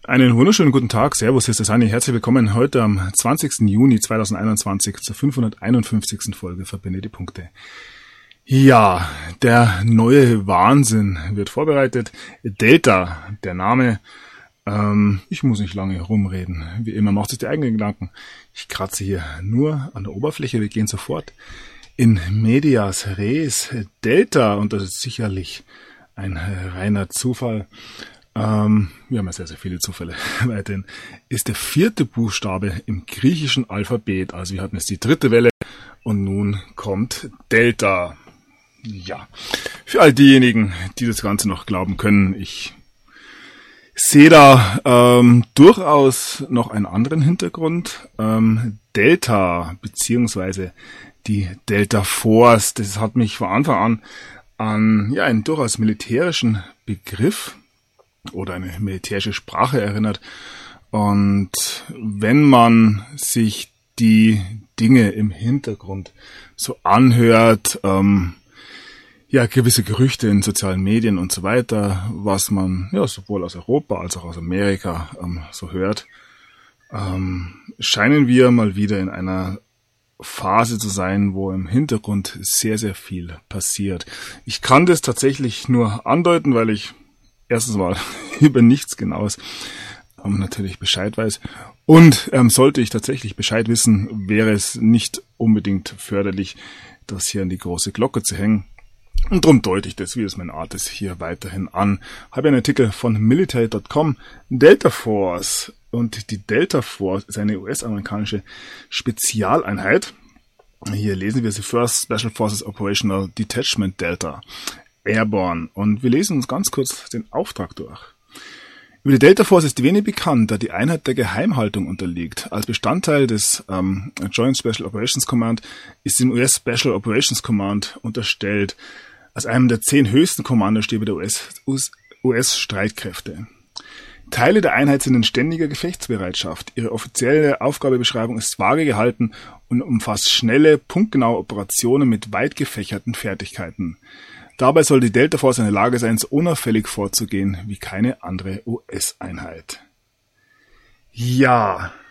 Einen wunderschönen guten Tag, Servus, hier ist der Sani, herzlich willkommen heute am 20. Juni 2021 zur 551. Folge Verbinde die Punkte. Ja, der neue Wahnsinn wird vorbereitet. Delta, der Name, ich muss nicht lange rumreden, wie immer macht sich die eigenen Gedanken. Ich kratze hier nur an der Oberfläche, wir gehen sofort in medias res. Delta, und das ist sicherlich ein reiner Zufall, wir haben ja sehr, sehr viele Zufälle weiterhin, ist der 4. Buchstabe im griechischen Alphabet. Also wir hatten jetzt die 3. Welle und nun kommt Delta. Ja, für all diejenigen, die das Ganze noch glauben können, ich sehe da durchaus noch einen anderen Hintergrund. Delta beziehungsweise die Delta Force, das hat mich von Anfang an einen durchaus militärischen Begriff oder eine militärische Sprache erinnert. Und wenn man sich die Dinge im Hintergrund so anhört, gewisse Gerüchte in sozialen Medien und so weiter, was man sowohl aus Europa als auch aus Amerika so hört, scheinen wir mal wieder in einer Phase zu sein, wo im Hintergrund sehr, sehr viel passiert. Ich kann das tatsächlich nur andeuten, weil ich erstens mal über nichts Genaues natürlich Bescheid weiß. Und sollte ich tatsächlich Bescheid wissen, wäre es nicht unbedingt förderlich, das hier an die große Glocke zu hängen. Und darum deute ich das, wie es meine Art ist, hier weiterhin an. Habe einen Artikel von military.com, Delta Force. Und die Delta Force ist eine US-amerikanische Spezialeinheit. Hier lesen wir sie First Special Forces Operational Detachment Delta Airborne. Und wir lesen uns ganz kurz den Auftrag durch. Über die Delta Force ist wenig bekannt, da die Einheit der Geheimhaltung unterliegt. Als Bestandteil des Joint Special Operations Command ist dem US Special Operations Command unterstellt, als einem der 10 höchsten Kommandostäbe der US-Streitkräfte. Teile der Einheit sind in ständiger Gefechtsbereitschaft. Ihre offizielle Aufgabebeschreibung ist vage gehalten und umfasst schnelle, punktgenaue Operationen mit weit gefächerten Fertigkeiten. Dabei soll die Delta Force in der Lage sein, so unauffällig vorzugehen wie keine andere US-Einheit. Ja,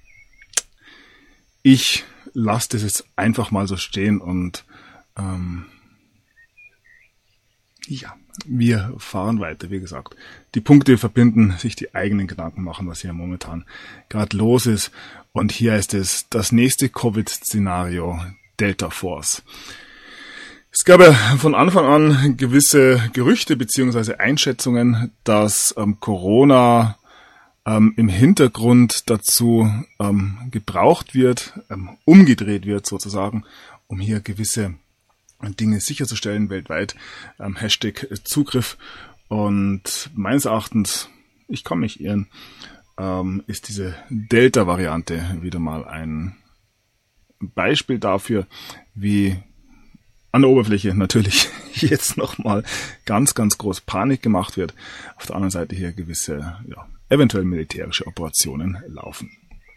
ich lasse das jetzt einfach mal so stehen und wir fahren weiter. Wie gesagt, die Punkte verbinden, sich die eigenen Gedanken machen, was hier momentan gerade los ist. Und hier ist es das nächste Covid-Szenario, Delta Force. Es gab ja von Anfang an gewisse Gerüchte bzw. Einschätzungen, dass Corona im Hintergrund dazu gebraucht wird, umgedreht wird sozusagen, um hier gewisse Dinge sicherzustellen weltweit. Hashtag Zugriff. Und meines Erachtens, ich kann mich irren, ist diese Delta-Variante wieder mal ein Beispiel dafür, wie an der Oberfläche natürlich jetzt nochmal ganz, ganz groß Panik gemacht wird. Auf der anderen Seite hier gewisse, eventuell militärische Operationen laufen.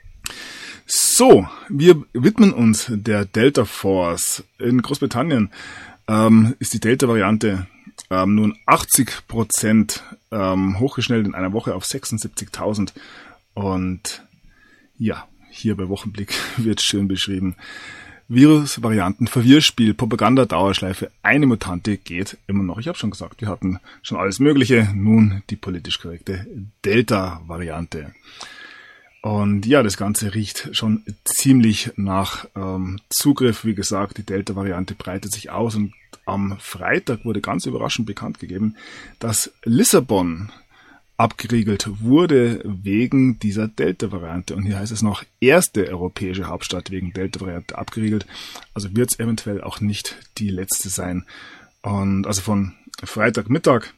So, wir widmen uns der Delta Force. In Großbritannien ist die Delta-Variante nun 80% hochgeschnellt in einer Woche auf 76.000. Und hier bei Wochenblick wird schön beschrieben. Virusvarianten, Verwirrspiel, Propaganda, Dauerschleife, eine Mutante geht immer noch. Ich habe schon gesagt, wir hatten schon alles Mögliche, nun die politisch korrekte Delta-Variante. Und das Ganze riecht schon ziemlich nach Zugriff. Wie gesagt, die Delta-Variante breitet sich aus und am Freitag wurde ganz überraschend bekannt gegeben, dass Lissabon abgeriegelt wurde wegen dieser Delta-Variante. Und hier heißt es noch, erste europäische Hauptstadt wegen Delta-Variante abgeriegelt. Also wird es eventuell auch nicht die letzte sein. Und also von Freitagmittag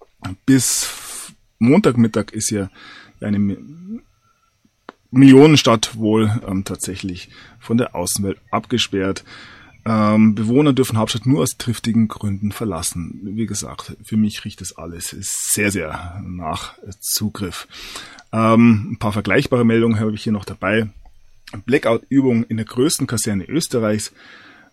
bis Montagmittag ist hier eine Millionenstadt wohl tatsächlich von der Außenwelt abgesperrt. Bewohner dürfen Hauptstadt nur aus triftigen Gründen verlassen. Wie gesagt, für mich riecht das alles sehr, sehr nach Zugriff. Ein paar vergleichbare Meldungen habe ich hier noch dabei. Blackout-Übung in der größten Kaserne Österreichs.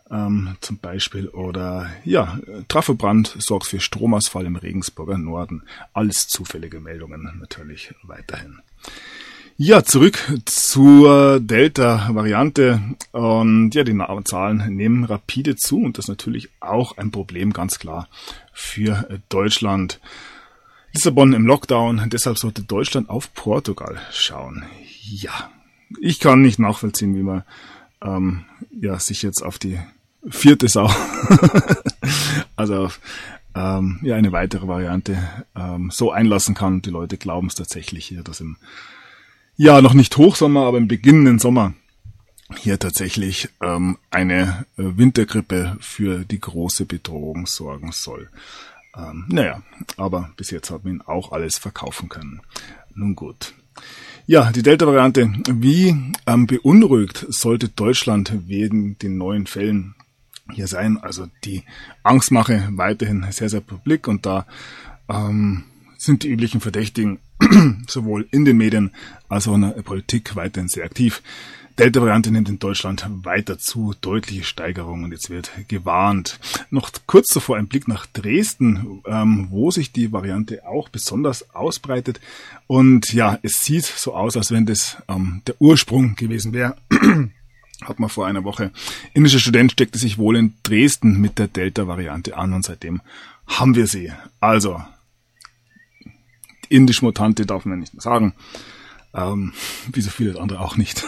zum Beispiel. Oder ja, Trafobrand sorgt für Stromausfall im Regensburger Norden. Alles zufällige Meldungen natürlich weiterhin. Ja, zurück zur Delta-Variante. Und ja, die Zahlen nehmen rapide zu und das ist natürlich auch ein Problem, ganz klar, für Deutschland. Lissabon im Lockdown, deshalb sollte Deutschland auf Portugal schauen. Ja, ich kann nicht nachvollziehen, wie man sich jetzt auf die vierte Sau, also auf eine weitere Variante so einlassen kann. Die Leute glauben es tatsächlich hier, dass im noch nicht Hochsommer, aber im beginnenden Sommer hier tatsächlich eine Wintergrippe für die große Bedrohung sorgen soll. Aber bis jetzt hat man ihn auch alles verkaufen können. Nun gut. Ja, die Delta-Variante. Wie beunruhigt sollte Deutschland wegen den neuen Fällen hier sein? Also die Angstmache weiterhin sehr, sehr publik und da sind die üblichen Verdächtigen sowohl in den Medien als auch in der Politik weiterhin sehr aktiv. Delta-Variante nimmt in Deutschland weiter zu, deutliche Steigerung und jetzt wird gewarnt. Noch kurz zuvor ein Blick nach Dresden, wo sich die Variante auch besonders ausbreitet. Und ja, es sieht so aus, als wenn das der Ursprung gewesen wäre. Hat man vor einer Woche. Indischer Student steckte sich wohl in Dresden mit der Delta-Variante an und seitdem haben wir sie. Also, indisch-Mutante darf man nicht mehr sagen. Wie so viele andere auch nicht.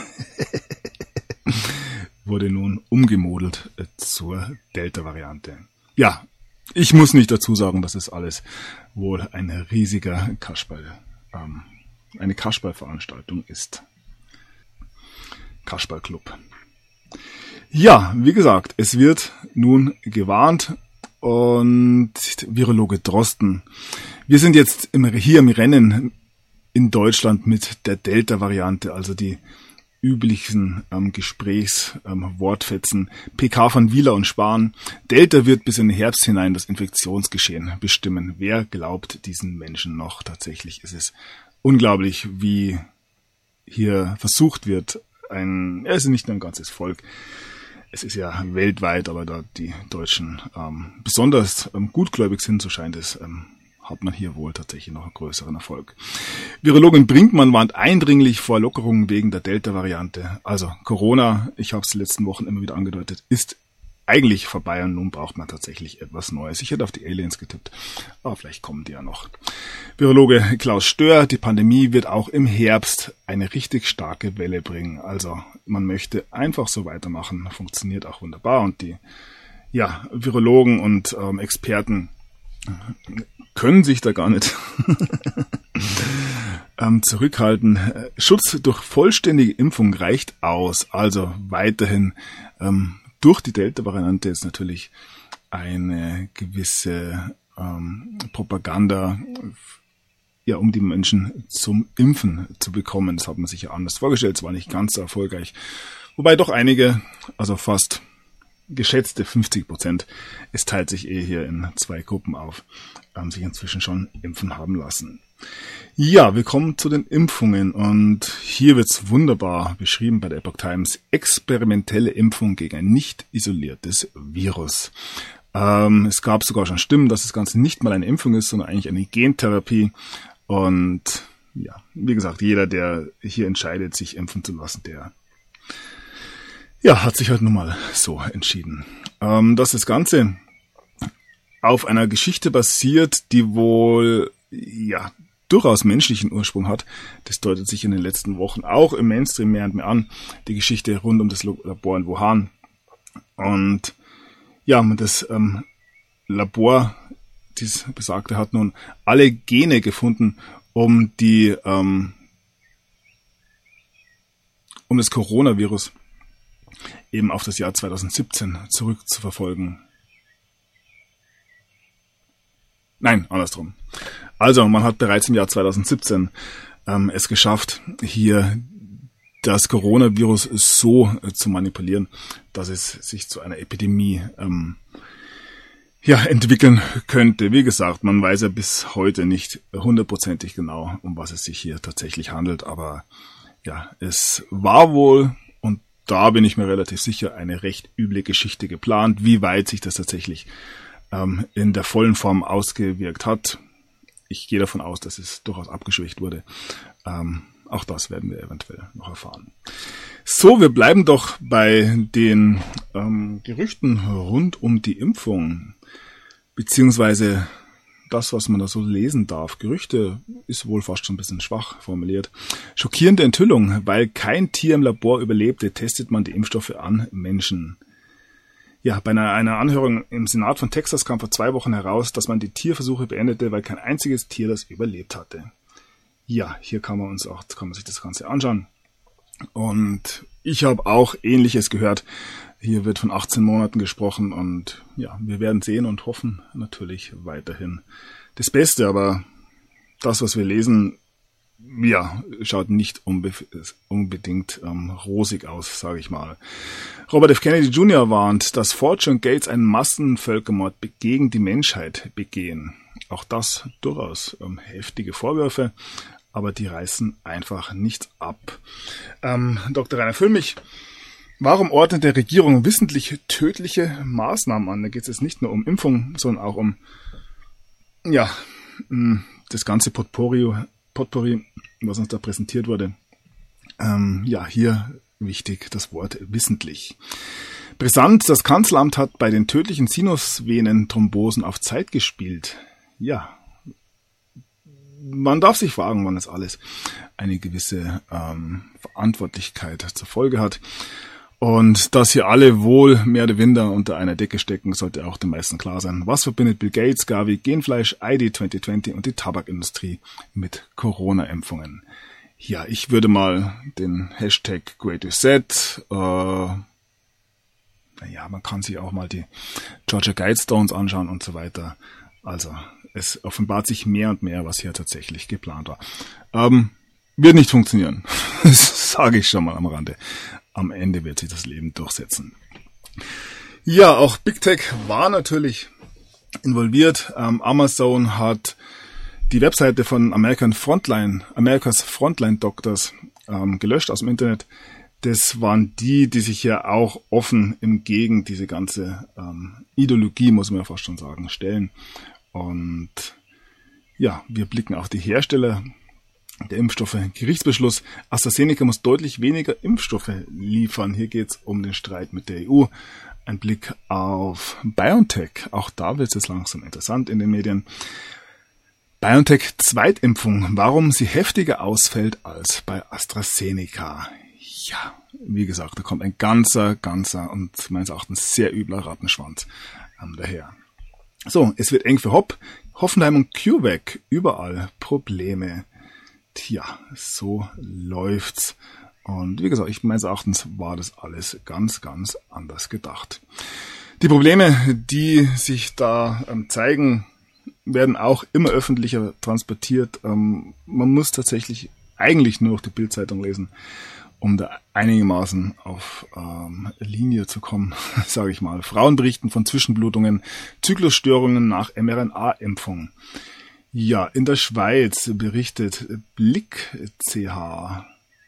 Wurde nun umgemodelt zur Delta-Variante. Ja, ich muss nicht dazu sagen, dass es alles wohl ein riesiger eine Kasperl-Veranstaltung ist. Kasperl-Club. Ja, wie gesagt, es wird nun gewarnt und Virologe Drosten. Wir sind jetzt hier im Rennen in Deutschland mit der Delta-Variante, also die üblichen Gesprächswortfetzen. PK von Wieler und Spahn. Delta wird bis in den Herbst hinein das Infektionsgeschehen bestimmen. Wer glaubt diesen Menschen noch? Tatsächlich ist es unglaublich, wie hier versucht wird, es ist nicht nur ein ganzes Volk, es ist ja weltweit, aber da die Deutschen besonders gutgläubig sind, so scheint es, hat man hier wohl tatsächlich noch einen größeren Erfolg. Virologin Brinkmann warnt eindringlich vor Lockerungen wegen der Delta-Variante. Also Corona, ich habe es die letzten Wochen immer wieder angedeutet, ist eigentlich vorbei und nun braucht man tatsächlich etwas Neues. Ich hätte auf die Aliens getippt, aber vielleicht kommen die ja noch. Virologe Klaus Stör, die Pandemie wird auch im Herbst eine richtig starke Welle bringen. Also man möchte einfach so weitermachen, funktioniert auch wunderbar und die Virologen und Experten können sich da gar nicht zurückhalten. Schutz durch vollständige Impfung reicht aus. Also weiterhin durch die Delta-Variante ist natürlich eine gewisse Propaganda, um die Menschen zum Impfen zu bekommen. Das hat man sich ja anders vorgestellt. Es war nicht ganz so erfolgreich. Wobei doch einige, also fast geschätzte 50%, es teilt sich hier in 2 Gruppen auf, sich inzwischen schon impfen haben lassen. Ja, wir kommen zu den Impfungen und hier wird's wunderbar beschrieben bei der Epoch Times. Experimentelle Impfung gegen ein nicht isoliertes Virus. Es gab sogar schon Stimmen, dass das Ganze nicht mal eine Impfung ist, sondern eigentlich eine Gentherapie. Und ja, wie gesagt, jeder, der hier entscheidet, sich impfen zu lassen, der hat sich halt nun mal so entschieden. Dass das Ganze auf einer Geschichte basiert, die wohl durchaus menschlichen Ursprung hat, das deutet sich in den letzten Wochen auch im Mainstream mehr und mehr an. Die Geschichte rund um das Labor in Wuhan. Und das Labor, dieses besagte, hat nun alle Gene gefunden, um das Coronavirus eben auf das Jahr 2017 zurückzuverfolgen. Nein, andersrum. Also, man hat bereits im Jahr 2017 es geschafft, hier das Coronavirus so zu manipulieren, dass es sich zu einer Epidemie entwickeln könnte. Wie gesagt, man weiß ja bis heute nicht 100% genau, um was es sich hier tatsächlich handelt, aber es war wohl und da bin ich mir relativ sicher, eine recht üble Geschichte geplant. Wie weit sich das tatsächlich in der vollen Form ausgewirkt hat, ich gehe davon aus, dass es durchaus abgeschwächt wurde. Auch das werden wir eventuell noch erfahren. So, wir bleiben doch bei den Gerüchten rund um die Impfung, beziehungsweise das, was man da so lesen darf. Gerüchte ist wohl fast schon ein bisschen schwach formuliert. Schockierende Enthüllung: Weil kein Tier im Labor überlebte, testet man die Impfstoffe an Menschen. Ja, bei einer Anhörung im Senat von Texas kam vor 2 Wochen heraus, dass man die Tierversuche beendete, weil kein einziges Tier das überlebt hatte. Ja, hier kann man sich das Ganze anschauen. Und ich habe auch Ähnliches gehört. Hier wird von 18 Monaten gesprochen und ja, wir werden sehen und hoffen natürlich weiterhin das Beste. Aber das, was wir lesen, ja, schaut nicht unbedingt rosig aus, sage ich mal. Robert F. Kennedy Jr. warnt, dass Fauci und Gates einen Massenvölkermord gegen die Menschheit begehen. Auch das durchaus heftige Vorwürfe, aber die reißen einfach nichts ab. Dr. Rainer Füllmich: Warum ordnet der Regierung wissentlich tödliche Maßnahmen an? Da geht es jetzt nicht nur um Impfung, sondern auch um das ganze Potpourri, was uns da präsentiert wurde. Hier wichtig das Wort wissentlich. Brisant: Das Kanzleramt hat bei den tödlichen Sinusvenenthrombosen auf Zeit gespielt. Ja, man darf sich fragen, wann das alles eine gewisse Verantwortlichkeit zur Folge hat. Und dass hier alle wohl mehr oder weniger unter einer Decke stecken, sollte auch den meisten klar sein. Was verbindet Bill Gates, Gavi, Genfleisch, ID 2020 und die Tabakindustrie mit Corona-Impfungen? Ja, ich würde mal den Hashtag Great Reset, man kann sich auch mal die Georgia Guidestones anschauen und so weiter. Also es offenbart sich mehr und mehr, was hier tatsächlich geplant war. Wird nicht funktionieren. Das sage ich schon mal am Rande. Am Ende wird sich das Leben durchsetzen. Ja, auch Big Tech war natürlich involviert. Amazon hat die Webseite von America's Frontline Doctors gelöscht aus dem Internet. Das waren die sich ja auch offen gegen diese ganze Ideologie, muss man ja fast schon sagen, stellen. Und ja, wir blicken auf die Hersteller der Impfstoffe. Gerichtsbeschluss: AstraZeneca muss deutlich weniger Impfstoffe liefern. Hier geht es um den Streit mit der EU. Ein Blick auf BioNTech. Auch da wird es jetzt langsam interessant in den Medien. BioNTech Zweitimpfung. Warum sie heftiger ausfällt als bei AstraZeneca. Ja, wie gesagt, da kommt ein ganzer und meines Erachtens sehr übler Rattenschwanz daher. So, es wird eng für Hoffenheim und CureVac. Überall Probleme. Tja, so läuft's. Und wie gesagt, meines Erachtens war das alles ganz anders gedacht. Die Probleme, die sich da zeigen, werden auch immer öffentlicher transportiert. Man muss tatsächlich eigentlich nur noch die Bild-Zeitung lesen, um da einigermaßen auf Linie zu kommen, sage ich mal. Frauen berichten von Zwischenblutungen, Zyklusstörungen nach mRNA-Impfung. Ja, in der Schweiz berichtet Blick.ch.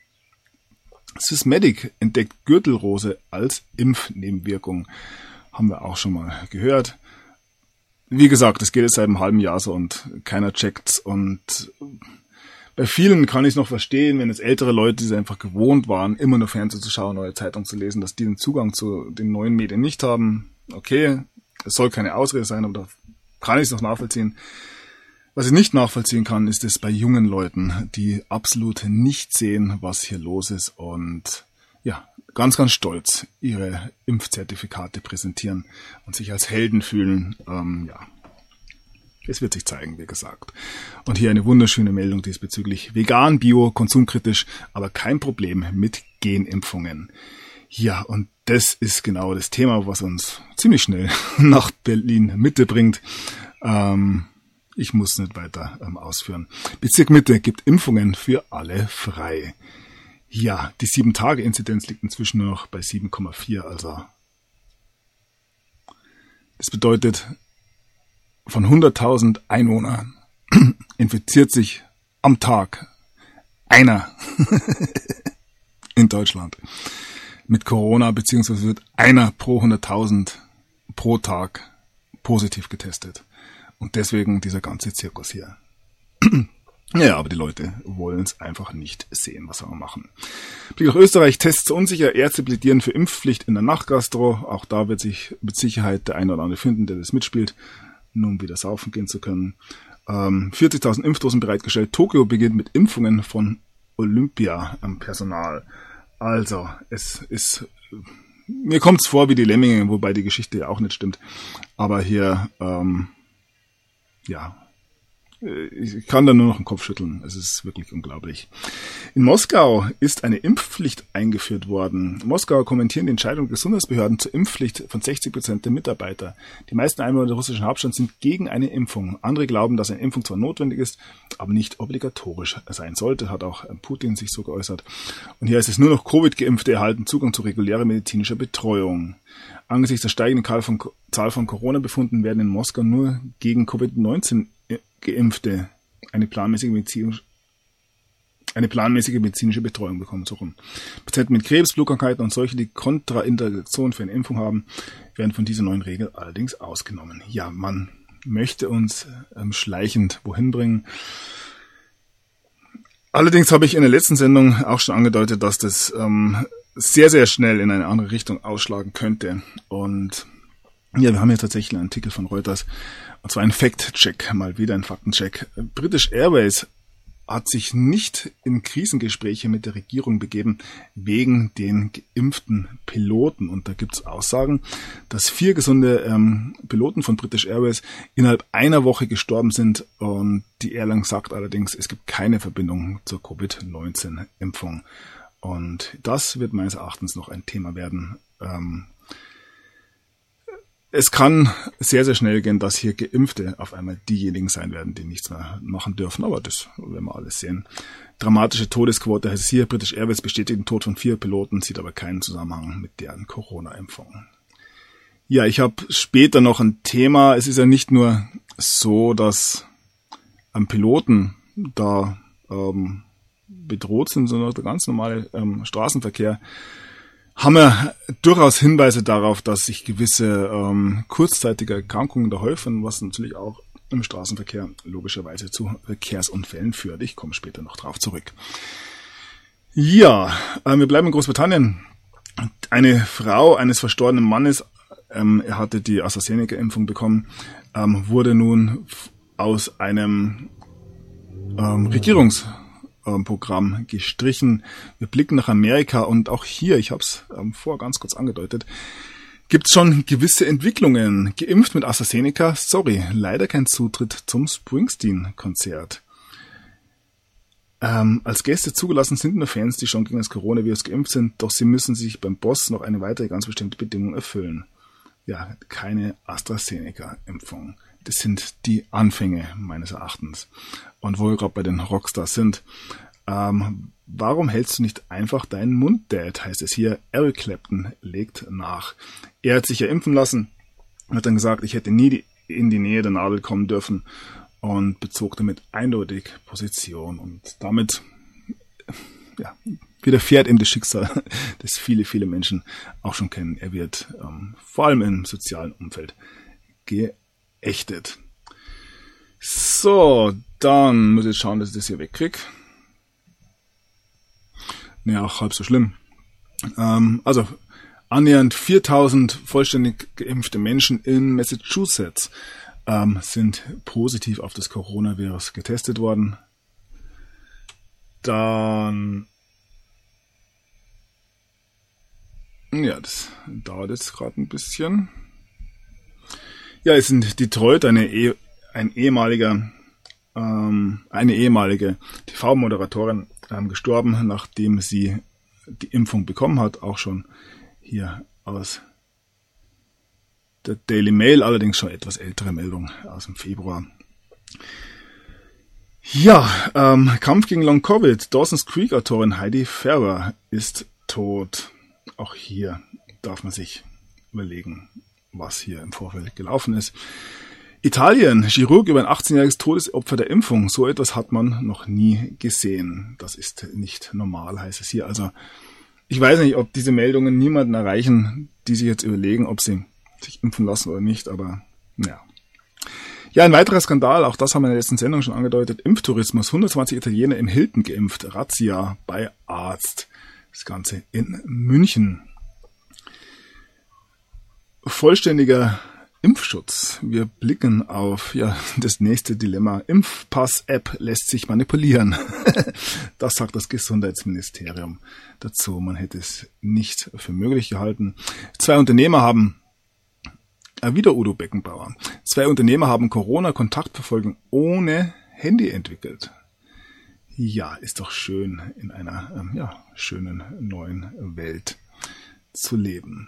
Swissmedic entdeckt Gürtelrose als Impfnebenwirkung. Haben wir auch schon mal gehört. Wie gesagt, das geht jetzt seit einem halben Jahr so und keiner checkt's. Und bei vielen kann ich es noch verstehen, wenn jetzt ältere Leute, die es einfach gewohnt waren, immer nur Fernsehen zu schauen oder Zeitung zu lesen, dass die den Zugang zu den neuen Medien nicht haben. Okay, es soll keine Ausrede sein, aber da kann ich es noch nachvollziehen. Was ich nicht nachvollziehen kann, ist es bei jungen Leuten, die absolut nicht sehen, was hier los ist und ja, ganz stolz ihre Impfzertifikate präsentieren und sich als Helden fühlen. Es wird sich zeigen, wie gesagt. Und hier eine wunderschöne Meldung diesbezüglich: vegan, bio, konsumkritisch, aber kein Problem mit Genimpfungen. Ja, und das ist genau das Thema, was uns ziemlich schnell nach Berlin Mitte bringt. Ich muss nicht weiter ausführen. Bezirk Mitte gibt Impfungen für alle frei. Ja, die 7-Tage-Inzidenz liegt inzwischen nur noch bei 7,4. Also das bedeutet, von 100.000 Einwohnern infiziert sich am Tag einer in Deutschland mit Corona, beziehungsweise wird einer pro 100.000 pro Tag positiv getestet. Und deswegen dieser ganze Zirkus hier. Ja, aber die Leute wollen es einfach nicht sehen, was wir machen. Blick auf Österreich, Tests unsicher, Ärzte plädieren für Impfpflicht in der Nachtgastro. Auch da wird sich mit Sicherheit der eine oder andere finden, der das mitspielt, nur um wieder saufen gehen zu können. 40.000 Impfdosen bereitgestellt. Tokio beginnt mit Impfungen von Olympia am Personal. Also, mir kommt's vor wie die Lemminge, wobei die Geschichte ja auch nicht stimmt. Aber hier, ich kann da nur noch den Kopf schütteln. Es ist wirklich unglaublich. In Moskau ist eine Impfpflicht eingeführt worden. Moskau kommentieren die Entscheidung der Gesundheitsbehörden zur Impfpflicht von 60% der Mitarbeiter. Die meisten Einwohner der russischen Hauptstadt sind gegen eine Impfung. Andere glauben, dass eine Impfung zwar notwendig ist, aber nicht obligatorisch sein sollte, hat auch Putin sich so geäußert. Und hier heißt es, nur noch Covid-Geimpfte erhalten Zugang zu regulärer medizinischer Betreuung. Angesichts der steigenden Zahl von Corona-Befunden werden in Moskau nur gegen Covid-19 Geimpfte eine planmäßige medizinische Betreuung bekommen. So rum. Patienten mit Krebs, Blutkrankheiten und solche, die Kontraindikationen für eine Impfung haben, werden von dieser neuen Regel allerdings ausgenommen. Ja, man möchte uns schleichend wohin bringen. Allerdings habe ich in der letzten Sendung auch schon angedeutet, dass das sehr, sehr schnell in eine andere Richtung ausschlagen könnte. Und ja, wir haben hier tatsächlich einen Artikel von Reuters, und zwar ein Fact-Check, mal wieder ein Faktencheck. British Airways hat sich nicht in Krisengespräche mit der Regierung begeben wegen den geimpften Piloten. Und da gibt es Aussagen, dass 4 gesunde Piloten von British Airways innerhalb einer Woche gestorben sind. Und die Airline sagt allerdings, es gibt keine Verbindung zur Covid-19-Impfung. Und das wird meines Erachtens noch ein Thema werden. Es kann sehr, sehr schnell gehen, dass hier Geimpfte auf einmal diejenigen sein werden, die nichts mehr machen dürfen. Aber das werden wir alles sehen. Dramatische Todesquote heißt es hier. British Airways bestätigt den Tod von 4 Piloten, sieht aber keinen Zusammenhang mit deren Corona-Impfung. Ja, ich habe später noch ein Thema. Es ist ja nicht nur so, dass Piloten da bedroht sind, sondern der ganz normale Straßenverkehr. Haben wir durchaus Hinweise darauf, dass sich gewisse kurzzeitige Erkrankungen da häufen, was natürlich auch im Straßenverkehr logischerweise zu Verkehrsunfällen führt. Ich komme später noch drauf zurück. Ja, wir bleiben in Großbritannien. Eine Frau eines verstorbenen Mannes, er hatte die AstraZeneca-Impfung bekommen, wurde nun aus einem Regierungsprogramm gestrichen. Wir blicken nach Amerika und auch hier, ich habe es vorher ganz kurz angedeutet, gibt es schon gewisse Entwicklungen. Geimpft mit AstraZeneca, sorry, leider kein Zutritt zum Springsteen-Konzert. Als Gäste zugelassen sind nur Fans, die schon gegen das Coronavirus geimpft sind, doch sie müssen sich beim Boss noch eine weitere ganz bestimmte Bedingung erfüllen. Ja, keine AstraZeneca-Impfung. Das sind die Anfänge meines Erachtens. Und wo wir gerade bei den Rockstars sind, warum hältst du nicht einfach deinen Mund, Dad, heißt es hier. Eric Clapton legt nach. Er hat sich ja impfen lassen, hat dann gesagt, ich hätte nie in die Nähe der Nadel kommen dürfen und bezog damit eindeutig Position. Und damit widerfährt ihm das Schicksal, das viele, viele Menschen auch schon kennen. Er wird vor allem im sozialen Umfeld geächtet. So, dann muss ich jetzt schauen, dass ich das hier wegkriege. Naja, auch halb so schlimm. Also, annähernd 4.000 vollständig geimpfte Menschen in Massachusetts sind positiv auf das Coronavirus getestet worden. Dann, ja, das dauert jetzt gerade ein bisschen. Ja, es sind Detroit, eine ehemalige TV-Moderatorin gestorben, nachdem sie die Impfung bekommen hat, auch schon hier aus der Daily Mail, allerdings schon etwas ältere Meldung aus dem Februar. Ja, Kampf gegen Long Covid. Dawson's Creek Autorin Heidi Farrer ist tot. Auch hier darf man sich überlegen, was hier im Vorfeld gelaufen ist. Italien, Chirurg über ein 18-jähriges Todesopfer der Impfung. So etwas hat man noch nie gesehen. Das ist nicht normal, heißt es hier. Also Ich weiß nicht, ob diese Meldungen niemanden erreichen, die sich jetzt überlegen, ob sie sich impfen lassen oder nicht, aber ja. Ja, ein weiterer Skandal, auch das haben wir in der letzten Sendung schon angedeutet, Impftourismus, 120 Italiener im Hilton geimpft, Razzia bei Arzt, das Ganze in München. Vollständiger Impfschutz. Wir blicken auf das nächste Dilemma. Impfpass-App lässt sich manipulieren. Das sagt das Gesundheitsministerium dazu. Man hätte es nicht für möglich gehalten. Wieder Udo Beckenbauer. 2 Unternehmer haben Corona-Kontaktverfolgung ohne Handy entwickelt. Ja, ist doch schön, in einer schönen neuen Welt zu leben.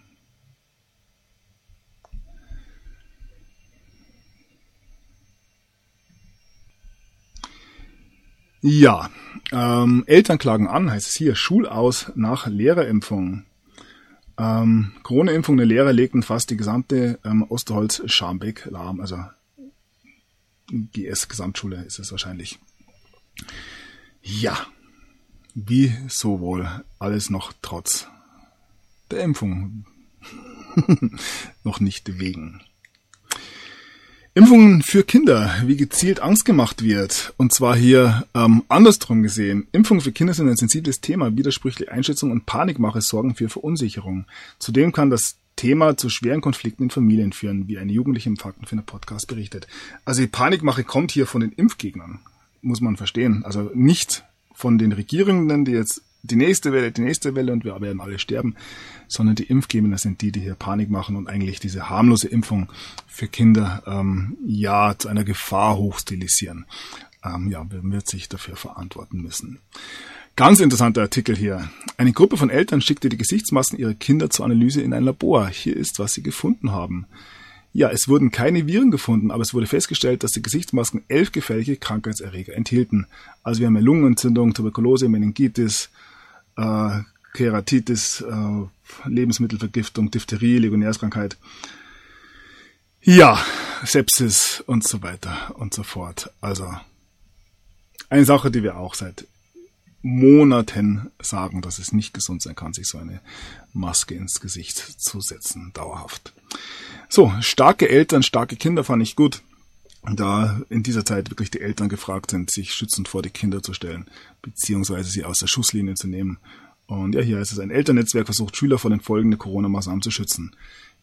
Ja, Eltern klagen an, heißt es hier, Schulaus nach Lehrerimpfung. Corona-Impfung der Lehrer legten fast die gesamte Osterholz-Scharmbeck lahm, also GS-Gesamtschule ist es wahrscheinlich. Ja, wieso wohl alles noch trotz der Impfung noch nicht wegen. Impfungen für Kinder, wie gezielt Angst gemacht wird. Und zwar hier andersrum gesehen. Impfungen für Kinder sind ein sensibles Thema. Widersprüchliche Einschätzungen und Panikmache sorgen für Verunsicherung. Zudem kann das Thema zu schweren Konflikten in Familien führen, wie eine Jugendliche im Faktenfinder Podcast berichtet. Also die Panikmache kommt hier von den Impfgegnern, muss man verstehen. Also nicht von den Regierenden, die jetzt die nächste Welle und wir werden alle sterben, sondern die Impfgegner sind die hier Panik machen und eigentlich diese harmlose Impfung für Kinder zu einer Gefahr hochstilisieren. Man wird sich dafür verantworten müssen. Ganz interessanter Artikel hier. Eine Gruppe von Eltern schickte die Gesichtsmasken ihrer Kinder zur Analyse in ein Labor. Hier ist, was sie gefunden haben. Ja, es wurden keine Viren gefunden, aber es wurde festgestellt, dass die Gesichtsmasken 11 gefährliche Krankheitserreger enthielten. Also wir haben ja Lungenentzündung, Tuberkulose, Meningitis, Keratitis, Lebensmittelvergiftung, Diphtherie, Legionärskrankheit, Sepsis und so weiter und so fort. Also eine Sache, die wir auch seit Monaten sagen, dass es nicht gesund sein kann, sich so eine Maske ins Gesicht zu setzen, dauerhaft. So, starke Eltern, starke Kinder fand ich gut. Da in dieser Zeit wirklich die Eltern gefragt sind, sich schützend vor die Kinder zu stellen, beziehungsweise sie aus der Schusslinie zu nehmen. Und hier ist es, ein Elternnetzwerk versucht, Schüler vor den Folgen der Corona-Maßnahmen zu schützen.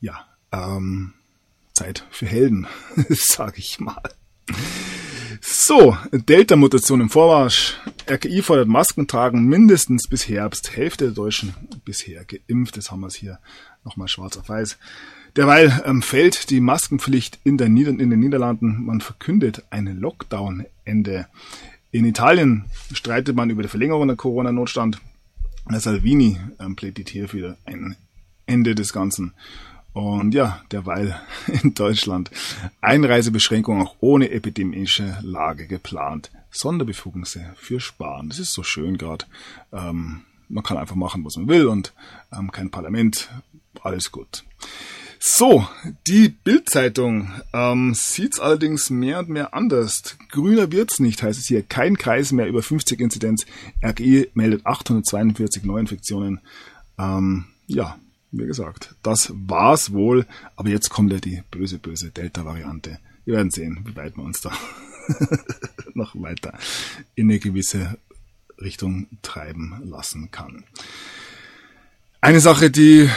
Zeit für Helden, sage ich mal. So, Delta-Mutation im Vormarsch. RKI fordert Masken tragen mindestens bis Herbst. Hälfte der Deutschen bisher geimpft. Das haben wir es hier nochmal schwarz auf weiß. Derweil fällt die Maskenpflicht in den Niederlanden. Man verkündet ein Lockdown-Ende. In Italien streitet man über die Verlängerung der Corona-Notstand. Salvini plädiert hier für ein Ende des Ganzen. Und derweil in Deutschland Einreisebeschränkungen auch ohne epidemische Lage geplant. Sonderbefugnisse für Sparen. Das ist so schön gerade. Man kann einfach machen, was man will und kein Parlament. Alles gut. So, die Bild-Zeitung sieht's allerdings mehr und mehr anders. Grüner wird's nicht, heißt es hier. Kein Kreis mehr über 50 Inzidenz. RKI meldet 842 Neuinfektionen. Wie gesagt, das war's wohl. Aber jetzt kommt ja die böse Delta-Variante. Wir werden sehen, wie weit man uns da noch weiter in eine gewisse Richtung treiben lassen kann. Eine Sache, die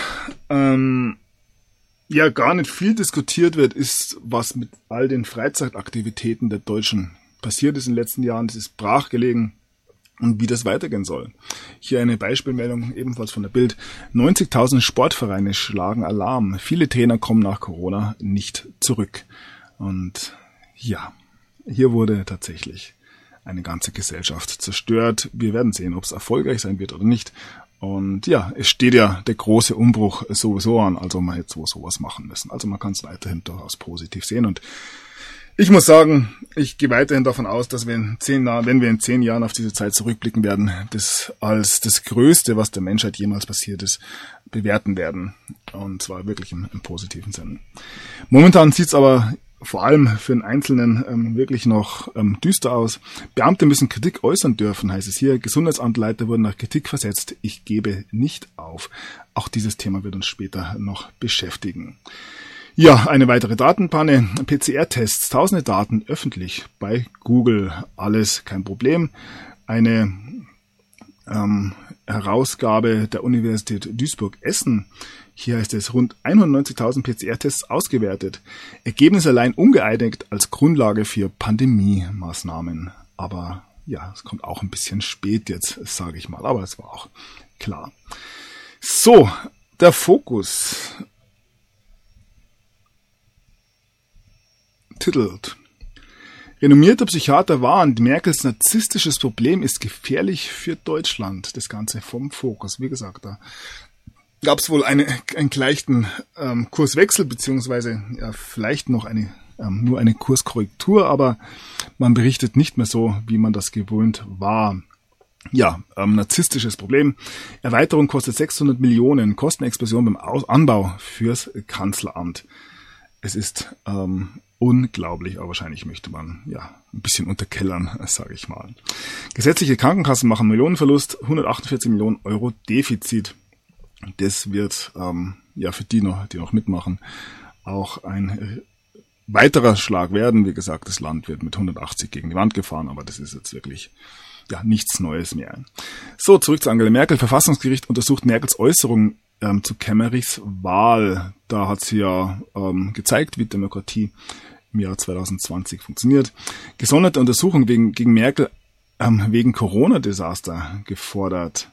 gar nicht viel diskutiert wird, ist, was mit all den Freizeitaktivitäten der Deutschen passiert ist in den letzten Jahren. Das ist brachgelegen und wie das weitergehen soll. Hier eine Beispielmeldung, ebenfalls von der Bild. 90.000 Sportvereine schlagen Alarm. Viele Trainer kommen nach Corona nicht zurück. Und hier wurde tatsächlich eine ganze Gesellschaft zerstört. Wir werden sehen, ob es erfolgreich sein wird oder nicht. Und es steht ja der große Umbruch sowieso an, also man hätte sowas machen müssen. Also man kann es weiterhin durchaus positiv sehen. Und ich muss sagen, ich gehe weiterhin davon aus, dass wir wenn wir in 10 Jahren auf diese Zeit zurückblicken werden, das als das Größte, was der Menschheit jemals passiert ist, bewerten werden. Und zwar wirklich im positiven Sinne. Momentan sieht es aber vor allem für den Einzelnen wirklich noch düster aus. Beamte müssen Kritik äußern dürfen, heißt es hier. Gesundheitsamtleiter wurden nach Kritik versetzt. Ich gebe nicht auf. Auch dieses Thema wird uns später noch beschäftigen. Ja, eine weitere Datenpanne. PCR-Tests, tausende Daten öffentlich bei Google. Alles kein Problem. Eine Herausgabe der Universität Duisburg-Essen. Hier heißt es rund 190.000 PCR-Tests ausgewertet. Ergebnis allein ungeeignet als Grundlage für Pandemie-Maßnahmen. Aber ja, es kommt auch ein bisschen spät jetzt, sage ich mal. Aber es war auch klar. So, der Fokus titelt: Renommierter Psychiater warnt, Merkels narzisstisches Problem ist gefährlich für Deutschland. Das Ganze vom Fokus. Wie gesagt, da gab es wohl einen leichten Kurswechsel, beziehungsweise ja, vielleicht noch nur eine Kurskorrektur, aber man berichtet nicht mehr so, wie man das gewohnt war. Ja, narzisstisches Problem. Erweiterung kostet 600 Millionen, Kostenexplosion beim Anbau fürs Kanzleramt. Es ist unglaublich, aber wahrscheinlich möchte man ja ein bisschen unterkellern, sage ich mal. Gesetzliche Krankenkassen machen Millionenverlust, 148 Millionen Euro Defizit. Das wird ja für die noch mitmachen, auch ein weiterer Schlag werden. Wie gesagt, das Land wird mit 180 gegen die Wand gefahren, aber das ist jetzt wirklich ja nichts Neues mehr. So, zurück zu Angela Merkel. Verfassungsgericht untersucht Merkels Äußerungen zu Kemmerichs Wahl. Da hat sie ja gezeigt, wie Demokratie im Jahr 2020 funktioniert. Gesonderte Untersuchung gegen Merkel wegen Corona-Desaster gefordert.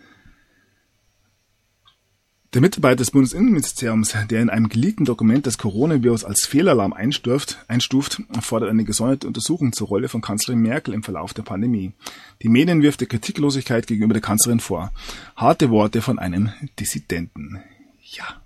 Der Mitarbeiter des Bundesinnenministeriums, der in einem geleakten Dokument das Coronavirus als Fehlalarm einstuft, fordert eine gesonderte Untersuchung zur Rolle von Kanzlerin Merkel im Verlauf der Pandemie. Die Medien wirft die Kritiklosigkeit gegenüber der Kanzlerin vor. Harte Worte von einem Dissidenten. Ja.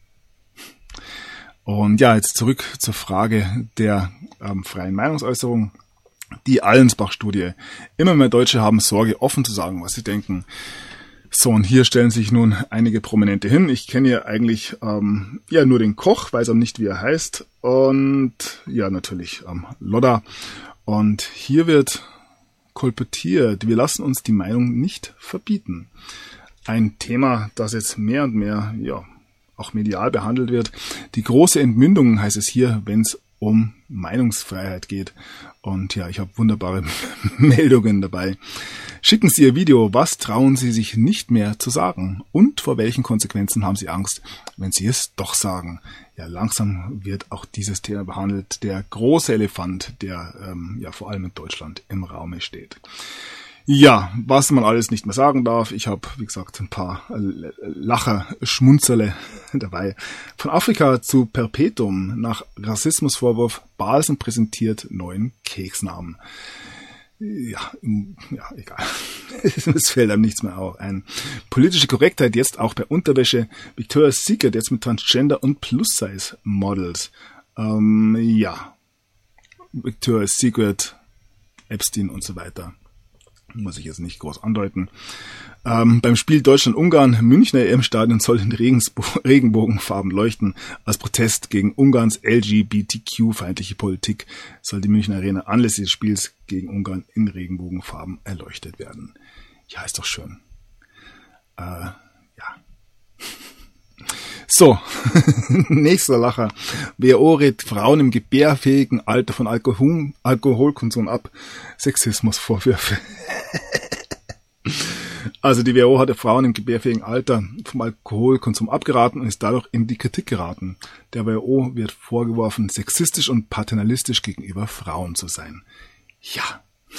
Und ja, jetzt zurück zur Frage der freien Meinungsäußerung. Die Allensbach-Studie. Immer mehr Deutsche haben Sorge, offen zu sagen, was sie denken. So, und hier stellen sich nun einige Prominente hin. Ich kenne hier eigentlich ja nur den Koch, weiß aber nicht, wie er heißt. Und ja, natürlich Lodder. Und hier wird kolportiert, wir lassen uns die Meinung nicht verbieten. Ein Thema, das jetzt mehr und mehr ja auch medial behandelt wird. Die große Entmündung heißt es hier, wenn es um Meinungsfreiheit geht. Und ja, ich habe wunderbare Meldungen dabei. Schicken Sie Ihr Video, was trauen Sie sich nicht mehr zu sagen? Und vor welchen Konsequenzen haben Sie Angst, wenn Sie es doch sagen? Ja, langsam wird auch dieses Thema behandelt. Der große Elefant, der ja vor allem in Deutschland im Raume steht. Ja, was man alles nicht mehr sagen darf. Ich habe, wie gesagt, ein paar Lacher, Schmunzerle dabei. Von Afrika zu Perpetuum. Nach Rassismusvorwurf Balsen präsentiert neuen Keksnamen. Ja, egal. Es fällt einem nichts mehr auf ein. Politische Korrektheit jetzt auch bei Unterwäsche. Victoria's Secret jetzt mit Transgender und Plus-Size-Models. Ja, Victoria's Secret, Epstein und so weiter. Muss ich jetzt nicht groß andeuten. Beim Spiel Deutschland-Ungarn, Münchner EM-Stadion soll in Regenbogenfarben leuchten. Als Protest gegen Ungarns LGBTQ-feindliche Politik soll die Münchner Arena anlässlich des Spiels gegen Ungarn in Regenbogenfarben erleuchtet werden. Ja, ist doch schön. Ja. So, nächster Lacher. WHO rät Frauen im gebärfähigen Alter von Alkoholkonsum ab. Sexismusvorwürfe. Also die WHO hatte Frauen im gebärfähigen Alter vom Alkoholkonsum abgeraten und ist dadurch in die Kritik geraten. Der WHO wird vorgeworfen, sexistisch und paternalistisch gegenüber Frauen zu sein. Ja.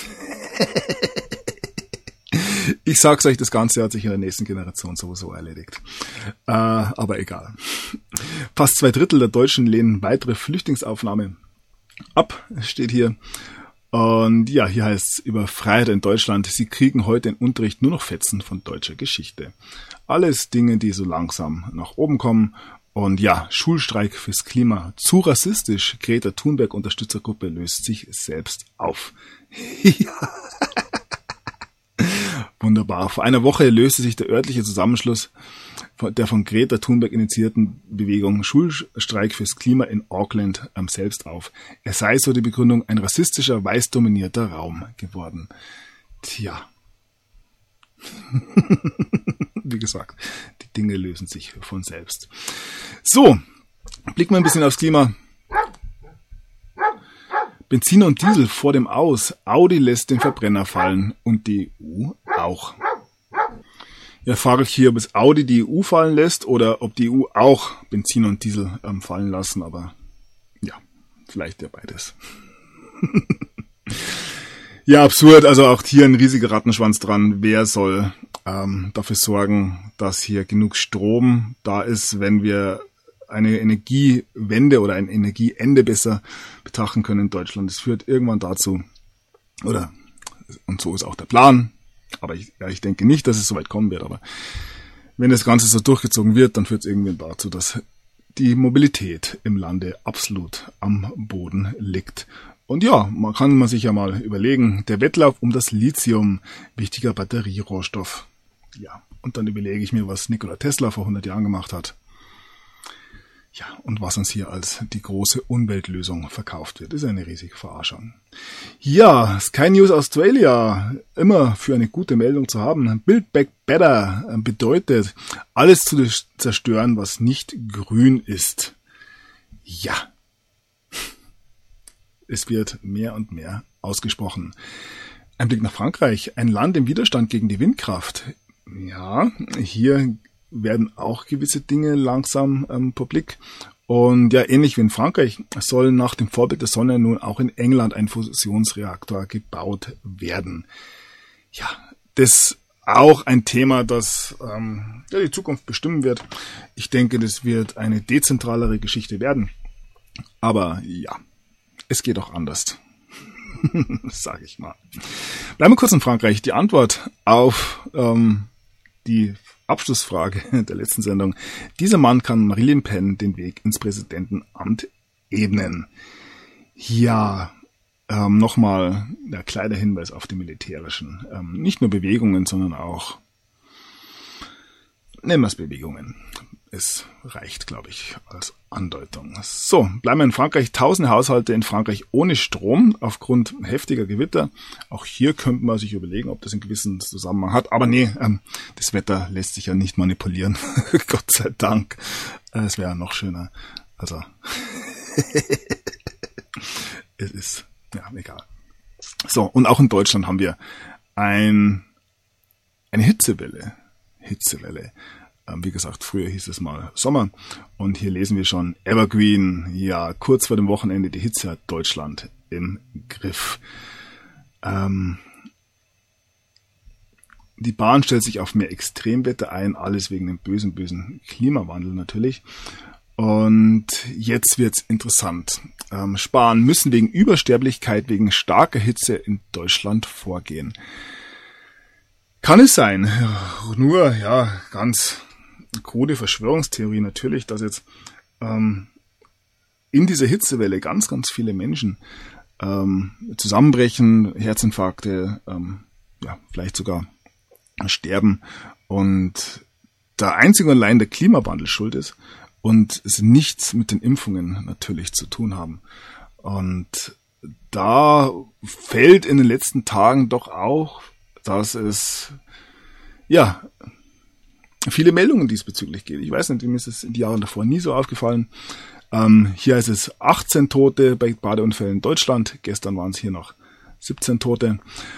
Ich sag's euch, das Ganze hat sich in der nächsten Generation sowieso erledigt. Aber egal. Fast 2/3 der Deutschen lehnen weitere Flüchtlingsaufnahme ab, steht hier. Und ja, hier heißt es über Freiheit in Deutschland. Sie kriegen heute im Unterricht nur noch Fetzen von deutscher Geschichte. Alles Dinge, die so langsam nach oben kommen. Und ja, Schulstreik fürs Klima. Zu rassistisch. Greta Thunberg Unterstützergruppe löst sich selbst auf. Ja. Wunderbar. Vor einer Woche löste sich der örtliche Zusammenschluss der von Greta Thunberg initiierten Bewegung Schulstreik fürs Klima in Auckland selbst auf. Es sei, so die Begründung, ein rassistischer, weiß dominierter Raum geworden. Tja. Wie gesagt, die Dinge lösen sich von selbst. So, blicken wir ein bisschen aufs Klima. Benzin und Diesel vor dem Aus. Audi lässt den Verbrenner fallen und die EU auch. Ja, frage ich hier, ob es Audi die EU fallen lässt oder ob die EU auch Benzin und Diesel fallen lassen, aber ja, vielleicht ja beides. Ja, absurd, also auch hier ein riesiger Rattenschwanz dran. Wer soll dafür sorgen, dass hier genug Strom da ist, wenn wir eine Energiewende oder ein Energieende besser betrachten können in Deutschland? Es führt irgendwann dazu, und so ist auch der Plan, aber ich denke nicht, dass es so weit kommen wird, aber wenn das Ganze so durchgezogen wird, dann führt es irgendwann dazu, dass die Mobilität im Lande absolut am Boden liegt. Und ja, man kann sich ja mal überlegen, der Wettlauf um das Lithium, wichtiger Batterierohstoff. Ja, und dann überlege ich mir, was Nikola Tesla vor 100 Jahren gemacht hat. Ja, und was uns hier als die große Umweltlösung verkauft wird, ist eine riesige Verarschung. Ja, Sky News Australia, immer für eine gute Meldung zu haben. Build Back Better bedeutet, alles zu zerstören, was nicht grün ist. Ja. Es wird mehr und mehr ausgesprochen. Ein Blick nach Frankreich, ein Land im Widerstand gegen die Windkraft. Ja, hier werden auch gewisse Dinge langsam publik. Und ja, ähnlich wie in Frankreich soll nach dem Vorbild der Sonne nun auch in England ein Fusionsreaktor gebaut werden. Ja, das auch ein Thema, das die Zukunft bestimmen wird. Ich denke, das wird eine dezentralere Geschichte werden. Aber ja, es geht auch anders, sage ich mal. Bleiben wir kurz in Frankreich. Die Antwort auf die Abschlussfrage der letzten Sendung. Dieser Mann kann Marine Le Pen den Weg ins Präsidentenamt ebnen. Ja, nochmal ein kleiner Hinweis auf die militärischen. Nicht nur Bewegungen, sondern auch, nennen wir es Bewegungen. Es reicht, glaube ich, als Andeutung. So, bleiben wir in Frankreich. Tausende Haushalte in Frankreich ohne Strom aufgrund heftiger Gewitter. Auch hier könnte man sich überlegen, ob das einen gewissen Zusammenhang hat. Aber nee, das Wetter lässt sich ja nicht manipulieren. Gott sei Dank. Es wäre noch schöner. Also, es ist, ja, egal. So, und auch in Deutschland haben wir eine Hitzewelle. Wie gesagt, früher hieß es mal Sommer und hier lesen wir schon Evergreen. Ja, kurz vor dem Wochenende, die Hitze hat Deutschland im Griff. Die Bahn stellt sich auf mehr Extremwetter ein, alles wegen dem bösen Klimawandel natürlich. Und jetzt wird's interessant. Spahn müssen wegen Übersterblichkeit, wegen starker Hitze in Deutschland vorgehen. Kann es sein? Nur, ja, ganz krude Verschwörungstheorie natürlich, dass jetzt in dieser Hitzewelle ganz viele Menschen zusammenbrechen, Herzinfarkte, ja, vielleicht sogar sterben und da einzig und allein der Klimawandel schuld ist und es nichts mit den Impfungen natürlich zu tun haben. Und da fällt in den letzten Tagen doch auch, dass es ja viele Meldungen diesbezüglich geht. Ich weiß nicht, mir ist es in den Jahren davor nie so aufgefallen. Hier ist es 18 Tote bei Badeunfällen in Deutschland. Gestern waren es hier noch 17 Tote.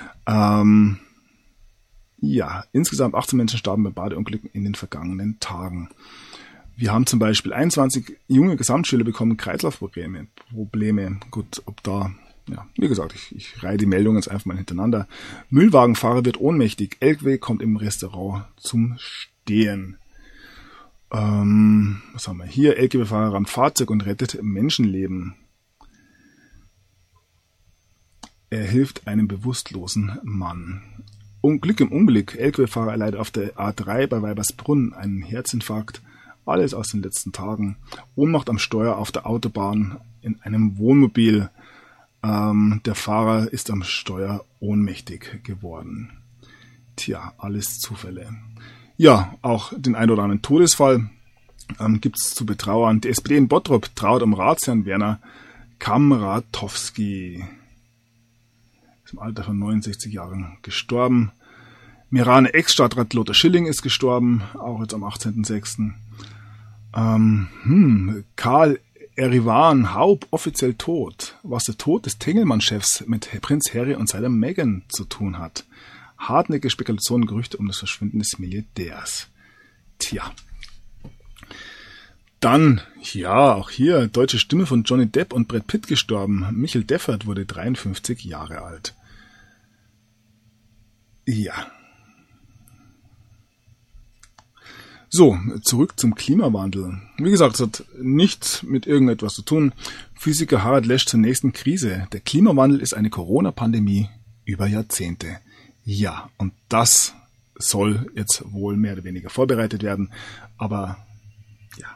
Ja, insgesamt 18 Menschen starben bei Badeunglücken in den vergangenen Tagen. Wir haben zum Beispiel 21 junge Gesamtschüler bekommen Kreislaufprobleme. Gut, ob da, ja, wie gesagt, ich reihe die Meldungen jetzt einfach mal hintereinander. Müllwagenfahrer wird ohnmächtig. LKW kommt im Restaurant zum Stehen. Was haben wir hier? LKW-Fahrer rammt Fahrzeug und rettet Menschenleben. Er hilft einem bewusstlosen Mann. Glück im Unglück. LKW-Fahrer erleidet auf der A3 bei Weibersbrunn einen Herzinfarkt. Alles aus den letzten Tagen. Ohnmacht am Steuer auf der Autobahn in einem Wohnmobil. Der Fahrer ist am Steuer ohnmächtig geworden. Tja, alles Zufälle. Ja, auch den ein oder anderen Todesfall gibt es zu betrauern. Die SPD in Bottrop trauert um Ratsherrn Werner Kamratowski. Ist im Alter von 69 Jahren gestorben. Meerane Ex-Stadtrat Lothar Schilling ist gestorben, auch jetzt am 18.06. Karl Erivan Haub offiziell tot. Was der Tod des Tengelmann-Chefs mit Prinz Harry und seiner Meghan zu tun hat. Hartnäckige Spekulationen, Gerüchte um das Verschwinden des Milliardärs. Tja. Dann, ja, auch hier, deutsche Stimme von Johnny Depp und Brad Pitt gestorben. Michael Deffert wurde 53 Jahre alt. Ja. So, zurück zum Klimawandel. Wie gesagt, es hat nichts mit irgendetwas zu tun. Physiker Harald Lesch zur nächsten Krise. Der Klimawandel ist eine Corona-Pandemie über Jahrzehnte. Ja, und das soll jetzt wohl mehr oder weniger vorbereitet werden. Aber ja,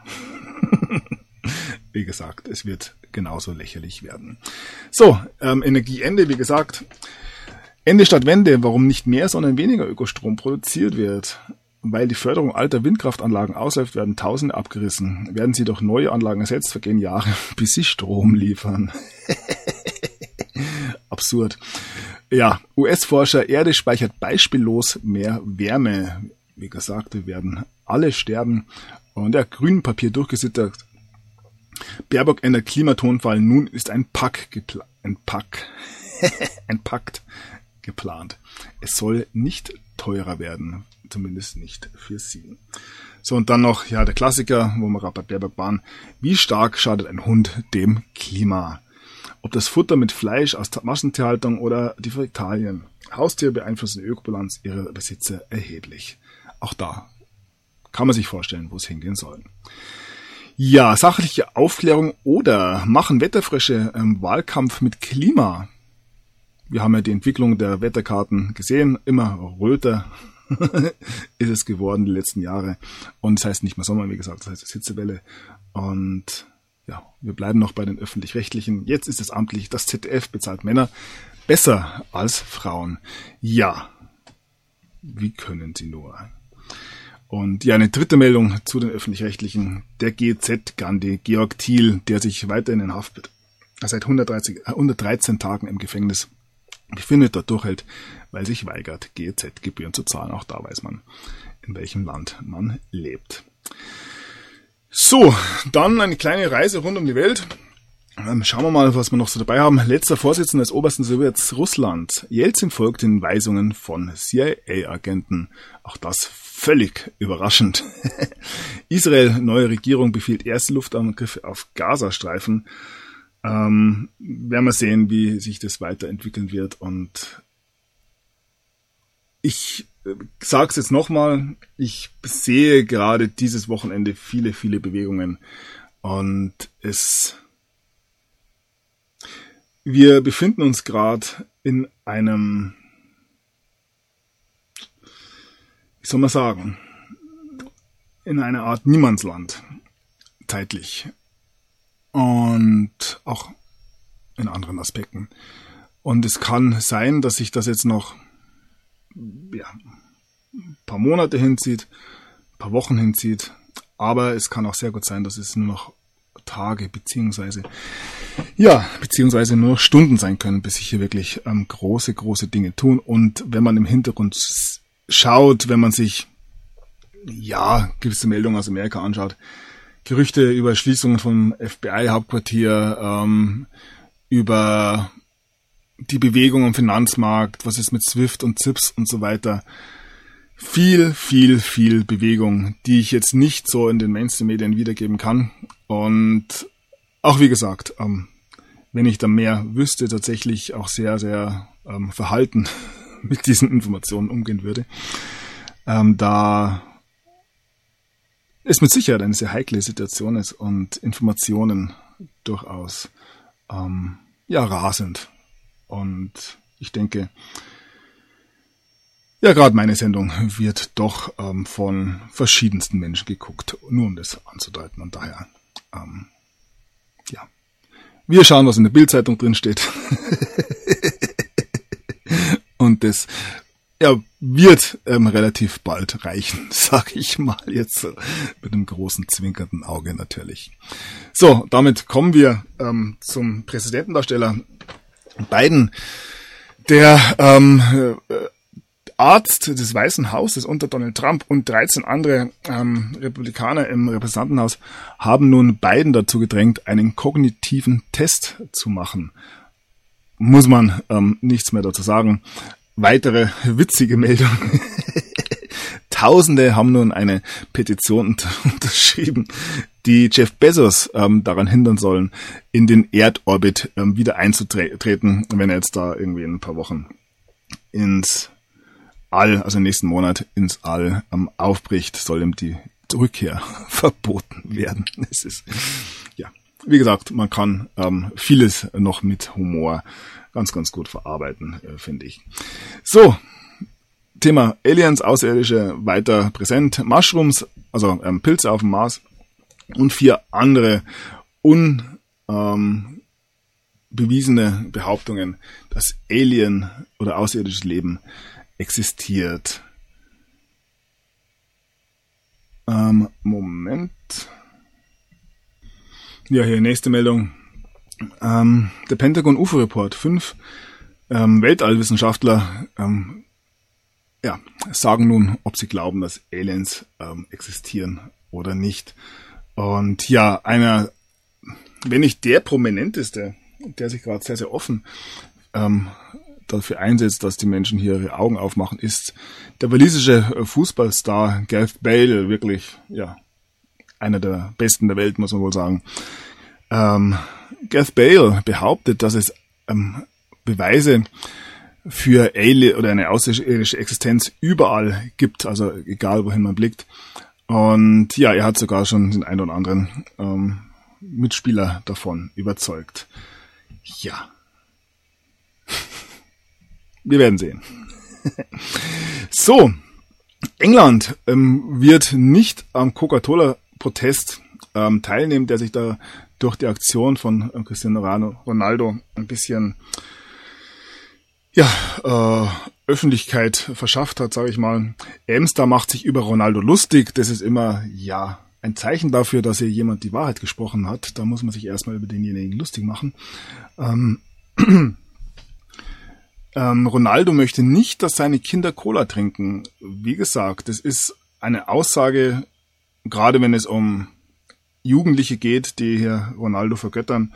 wie gesagt, es wird genauso lächerlich werden. So, Energieende, wie gesagt. Ende statt Wende, warum nicht mehr, sondern weniger Ökostrom produziert wird. Weil die Förderung alter Windkraftanlagen ausläuft, werden Tausende abgerissen. Werden sie durch neue Anlagen ersetzt, vergehen Jahre, bis sie Strom liefern. Absurd. Ja, US-Forscher, Erde speichert beispiellos mehr Wärme. Wie gesagt, wir werden alle sterben. Und der grünen Papier durchgesittert. Baerbock ändert Klimatonfall. Nun ist ein Pakt geplant. Es soll nicht teurer werden. Zumindest nicht für sie. So, und dann noch, ja, der Klassiker, wo wir gerade bei Baerbock waren. Wie stark schadet ein Hund dem Klima? Ob das Futter mit Fleisch aus Massentierhaltung oder die Fäkalien. Haustiere beeinflussen die Ökobilanz ihrer Besitzer erheblich. Auch da kann man sich vorstellen, wo es hingehen soll. Ja, sachliche Aufklärung oder machen Wetterfrösche im Wahlkampf mit Klima. Wir haben ja die Entwicklung der Wetterkarten gesehen, immer röter ist es geworden die letzten Jahre. Und das heißt nicht mehr Sommer, wie gesagt, das heißt Hitzewelle. Und ja, wir bleiben noch bei den Öffentlich-Rechtlichen. Jetzt ist es amtlich, das ZDF bezahlt Männer besser als Frauen. Ja, wie können sie nur? Und ja, eine dritte Meldung zu den Öffentlich-Rechtlichen. Der GZ-Gandhi, Georg Thiel, der sich weiterhin in Haft seit 113 Tagen im Gefängnis befindet, dort durchhält, weil sich weigert, GEZ-Gebühren zu zahlen. Auch da weiß man, in welchem Land man lebt. So, dann eine kleine Reise rund um die Welt. Schauen wir mal, was wir noch so dabei haben. Letzter Vorsitzender des obersten Sowjets Russland. Jelzin folgt den Weisungen von CIA-Agenten. Auch das völlig überraschend. Israel, neue Regierung, befiehlt erste Luftangriffe auf Gazastreifen. Werden wir sehen, wie sich das weiterentwickeln wird. Und ich sage es jetzt nochmal, ich sehe gerade dieses Wochenende viele, viele Bewegungen. Und wir befinden uns gerade in einem, wie soll man sagen, in einer Art Niemandsland, zeitlich. Und auch in anderen Aspekten. Und es kann sein, dass sich das jetzt noch ein paar Monate hinzieht, ein paar Wochen hinzieht. Aber es kann auch sehr gut sein, dass es nur noch Tage beziehungsweise nur noch Stunden sein können, bis sich hier wirklich große, große Dinge tun. Und wenn man im Hintergrund schaut, wenn man sich gewisse Meldungen aus Amerika anschaut, Gerüchte über Schließungen vom FBI-Hauptquartier, über die Bewegung am Finanzmarkt, was ist mit SWIFT und ZIPS und so weiter. Viel, viel, viel Bewegung, die ich jetzt nicht so in den Mainstream-Medien wiedergeben kann. Und auch wie gesagt, wenn ich da mehr wüsste, tatsächlich auch sehr, sehr verhalten mit diesen Informationen umgehen würde, da es mit Sicherheit eine sehr heikle Situation ist und Informationen durchaus rar sind. Und ich denke, ja, gerade meine Sendung wird doch von verschiedensten Menschen geguckt, nur um das anzudeuten. Und daher, wir schauen, was in der Bild-Zeitung drin steht. Und das wird relativ bald reichen, sage ich mal jetzt mit einem großen zwinkernden Auge natürlich. So, damit kommen wir zum Präsidentendarsteller Biden, der Arzt des Weißen Hauses unter Donald Trump und 13 andere Republikaner im Repräsentantenhaus haben nun Biden dazu gedrängt, einen kognitiven Test zu machen. Muss man nichts mehr dazu sagen. Weitere witzige Meldung. Tausende haben nun eine Petition unterschrieben, die Jeff Bezos daran hindern sollen, in den Erdorbit wieder einzutreten, wenn er jetzt da irgendwie in ein paar Wochen ins All, also nächsten Monat ins All aufbricht, soll ihm die Rückkehr verboten werden. Es ist, ja, wie gesagt, man kann vieles noch mit Humor ganz, ganz gut verarbeiten, finde ich. So, Thema Aliens, Außerirdische, weiter präsent. Mushrooms, also Pilze auf dem Mars und 4 andere bewiesene Behauptungen, dass Alien oder außerirdisches Leben existiert. Moment. Ja, hier nächste Meldung. Der Pentagon UFO Report. 5 Weltallwissenschaftler sagen nun, ob sie glauben, dass Aliens existieren oder nicht. Und ja, einer, wenn nicht der prominenteste, der sich gerade sehr, sehr offen dafür einsetzt, dass die Menschen hier ihre Augen aufmachen, ist der walisische Fußballstar Gareth Bale, wirklich, ja, einer der besten der Welt, muss man wohl sagen. Gareth Bale behauptet, dass es Beweise für Alien oder eine außerirdische Existenz überall gibt, also egal wohin man blickt. Und ja, er hat sogar schon den einen oder anderen Mitspieler davon überzeugt. Ja. Wir werden sehen. So, England wird nicht am Coca-Cola-Protest teilnehmen, der sich da durch die Aktion von Cristiano Ronaldo ein bisschen Öffentlichkeit verschafft hat, sage ich mal. Amstar macht sich über Ronaldo lustig. Das ist immer, ja, ein Zeichen dafür, dass hier jemand die Wahrheit gesprochen hat. Da muss man sich erstmal über denjenigen lustig machen. Ronaldo möchte nicht, dass seine Kinder Cola trinken. Wie gesagt, das ist eine Aussage, gerade wenn es um Jugendliche geht, die hier Ronaldo vergöttern,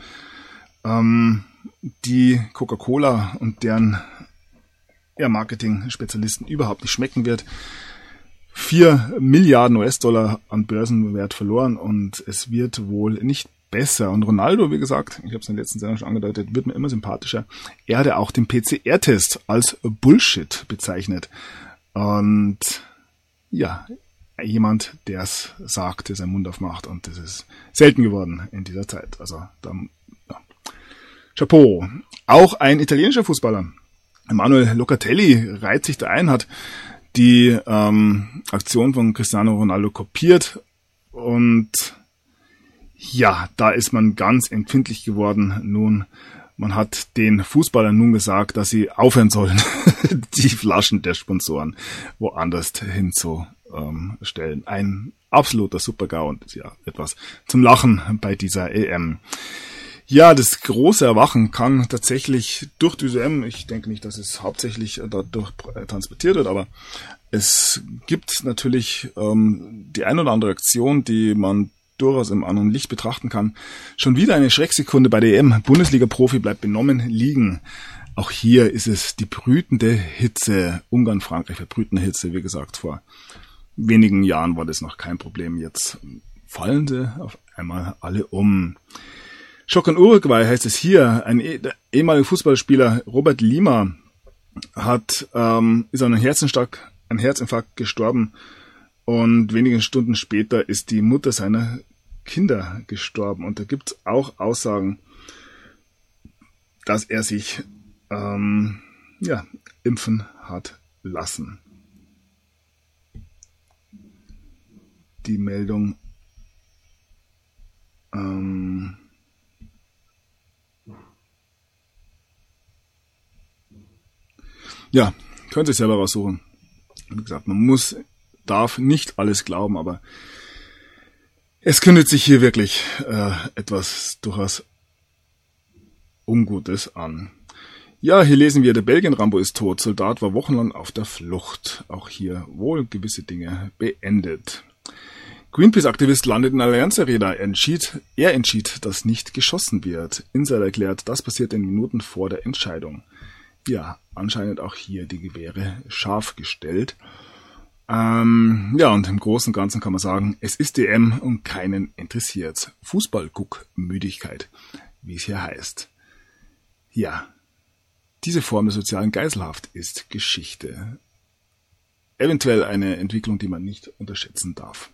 die Coca-Cola und deren Marketing-Spezialisten überhaupt nicht schmecken wird. 4 Milliarden US-Dollar an Börsenwert verloren und es wird wohl nicht besser. Und Ronaldo, wie gesagt, ich habe es in der letzten Sendung schon angedeutet, wird mir immer sympathischer. Er hatte auch den PCR-Test als Bullshit bezeichnet. Und ja, jemand, der es sagt, der seinen Mund aufmacht, und das ist selten geworden in dieser Zeit. Also, Chapeau. Auch ein italienischer Fußballer, Emanuele Locatelli, reiht sich da ein, hat die Aktion von Cristiano Ronaldo kopiert und ja, da ist man ganz empfindlich geworden. Nun, man hat den Fußballern nun gesagt, dass sie aufhören sollen, die Flaschen der Sponsoren woanders hinzustellen. Ein absoluter Super-GAU und ja, etwas zum Lachen bei dieser EM. Ja, das große Erwachen kann tatsächlich durch diese EM, ich denke nicht, dass es hauptsächlich dadurch transportiert wird, aber es gibt natürlich die ein oder andere Aktion, die man durchaus im anderen Licht betrachten kann. Schon wieder eine Schrecksekunde bei der EM. Bundesliga-Profi bleibt benommen liegen. Auch hier ist es die brütende Hitze. Ungarn, Frankreich für brütende Hitze. Wie gesagt, vor wenigen Jahren war das noch kein Problem. Jetzt fallen sie auf einmal alle um. Schock in Uruguay heißt es hier. Der ehemalige Fußballspieler Robert Lima ist an einem Herzinfarkt gestorben. Und wenige Stunden später ist die Mutter seiner Kinder gestorben. Und da gibt es auch Aussagen, dass er sich impfen hat lassen. Die Meldung Könnt ihr selber raussuchen. Wie gesagt, darf nicht alles glauben, aber es kündigt sich hier wirklich etwas durchaus Ungutes an. Ja, hier lesen wir, der Belgien-Rambo ist tot, Soldat war wochenlang auf der Flucht. Auch hier wohl gewisse Dinge beendet. Greenpeace-Aktivist landet in Allianz Arena. Er entschied, dass nicht geschossen wird. Insider erklärt, das passiert in Minuten vor der Entscheidung. Ja, anscheinend auch hier die Gewehre scharf gestellt. Ja, und im Großen und Ganzen kann man sagen, es ist DM und keinen interessiert's. Fußballguckmüdigkeit, wie es hier heißt. Ja, diese Form der sozialen Geiselhaft ist Geschichte. Eventuell eine Entwicklung, die man nicht unterschätzen darf.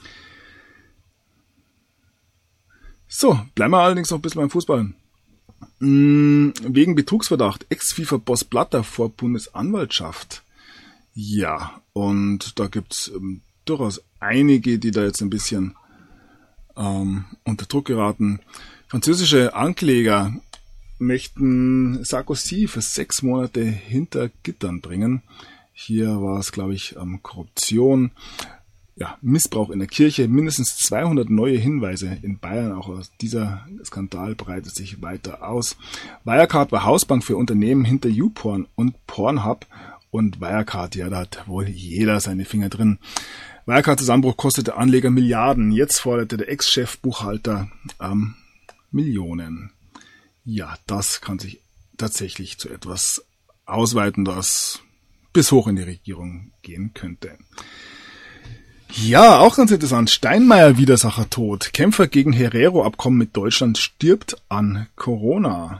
So, bleiben wir allerdings noch ein bisschen beim Fußball. Wegen Betrugsverdacht, Ex-FIFA-Boss Blatter vor Bundesanwaltschaft. Ja, und da gibt's durchaus einige, die da jetzt ein bisschen unter Druck geraten. Französische Ankläger möchten Sarkozy für 6 Monate hinter Gittern bringen. Hier war es, glaube ich, Korruption, ja, Missbrauch in der Kirche, mindestens 200 neue Hinweise in Bayern. Auch dieser Skandal breitet sich weiter aus. Wirecard war Hausbank für Unternehmen hinter YouPorn und Pornhub. Und Wirecard, ja, da hat wohl jeder seine Finger drin. Wirecard-Zusammenbruch kostete Anleger Milliarden. Jetzt forderte der Ex-Chef-Buchhalter Millionen. Ja, das kann sich tatsächlich zu etwas ausweiten, das bis hoch in die Regierung gehen könnte. Ja, auch ganz interessant. Steinmeier-Widersacher tot. Kämpfer gegen Herero-Abkommen mit Deutschland stirbt an Corona.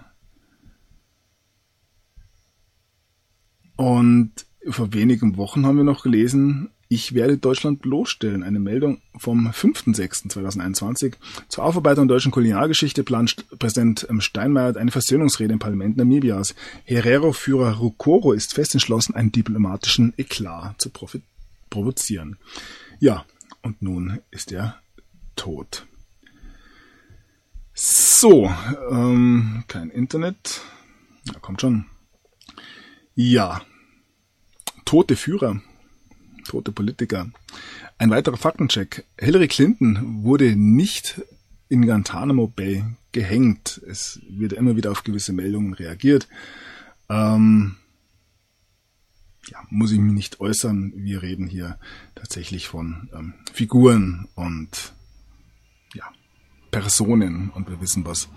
Und vor wenigen Wochen haben wir noch gelesen, ich werde Deutschland bloßstellen. Eine Meldung vom 5.6.2021. Zur Aufarbeitung der deutschen Kulinargeschichte plant Präsident Steinmeier eine Versöhnungsrede im Parlament Namibias. Herero-Führer Rukoro ist fest entschlossen, einen diplomatischen Eklat zu provozieren. Ja, und nun ist er tot. So, kein Internet. Ja, kommt schon. Ja, tote Führer. Tote Politiker. Ein weiterer Faktencheck. Hillary Clinton wurde nicht in Guantanamo Bay gehängt. Es wird immer wieder auf gewisse Meldungen reagiert. Ja, muss ich mich nicht äußern. Wir reden hier tatsächlich von Figuren und ja, Personen. Und wir wissen, was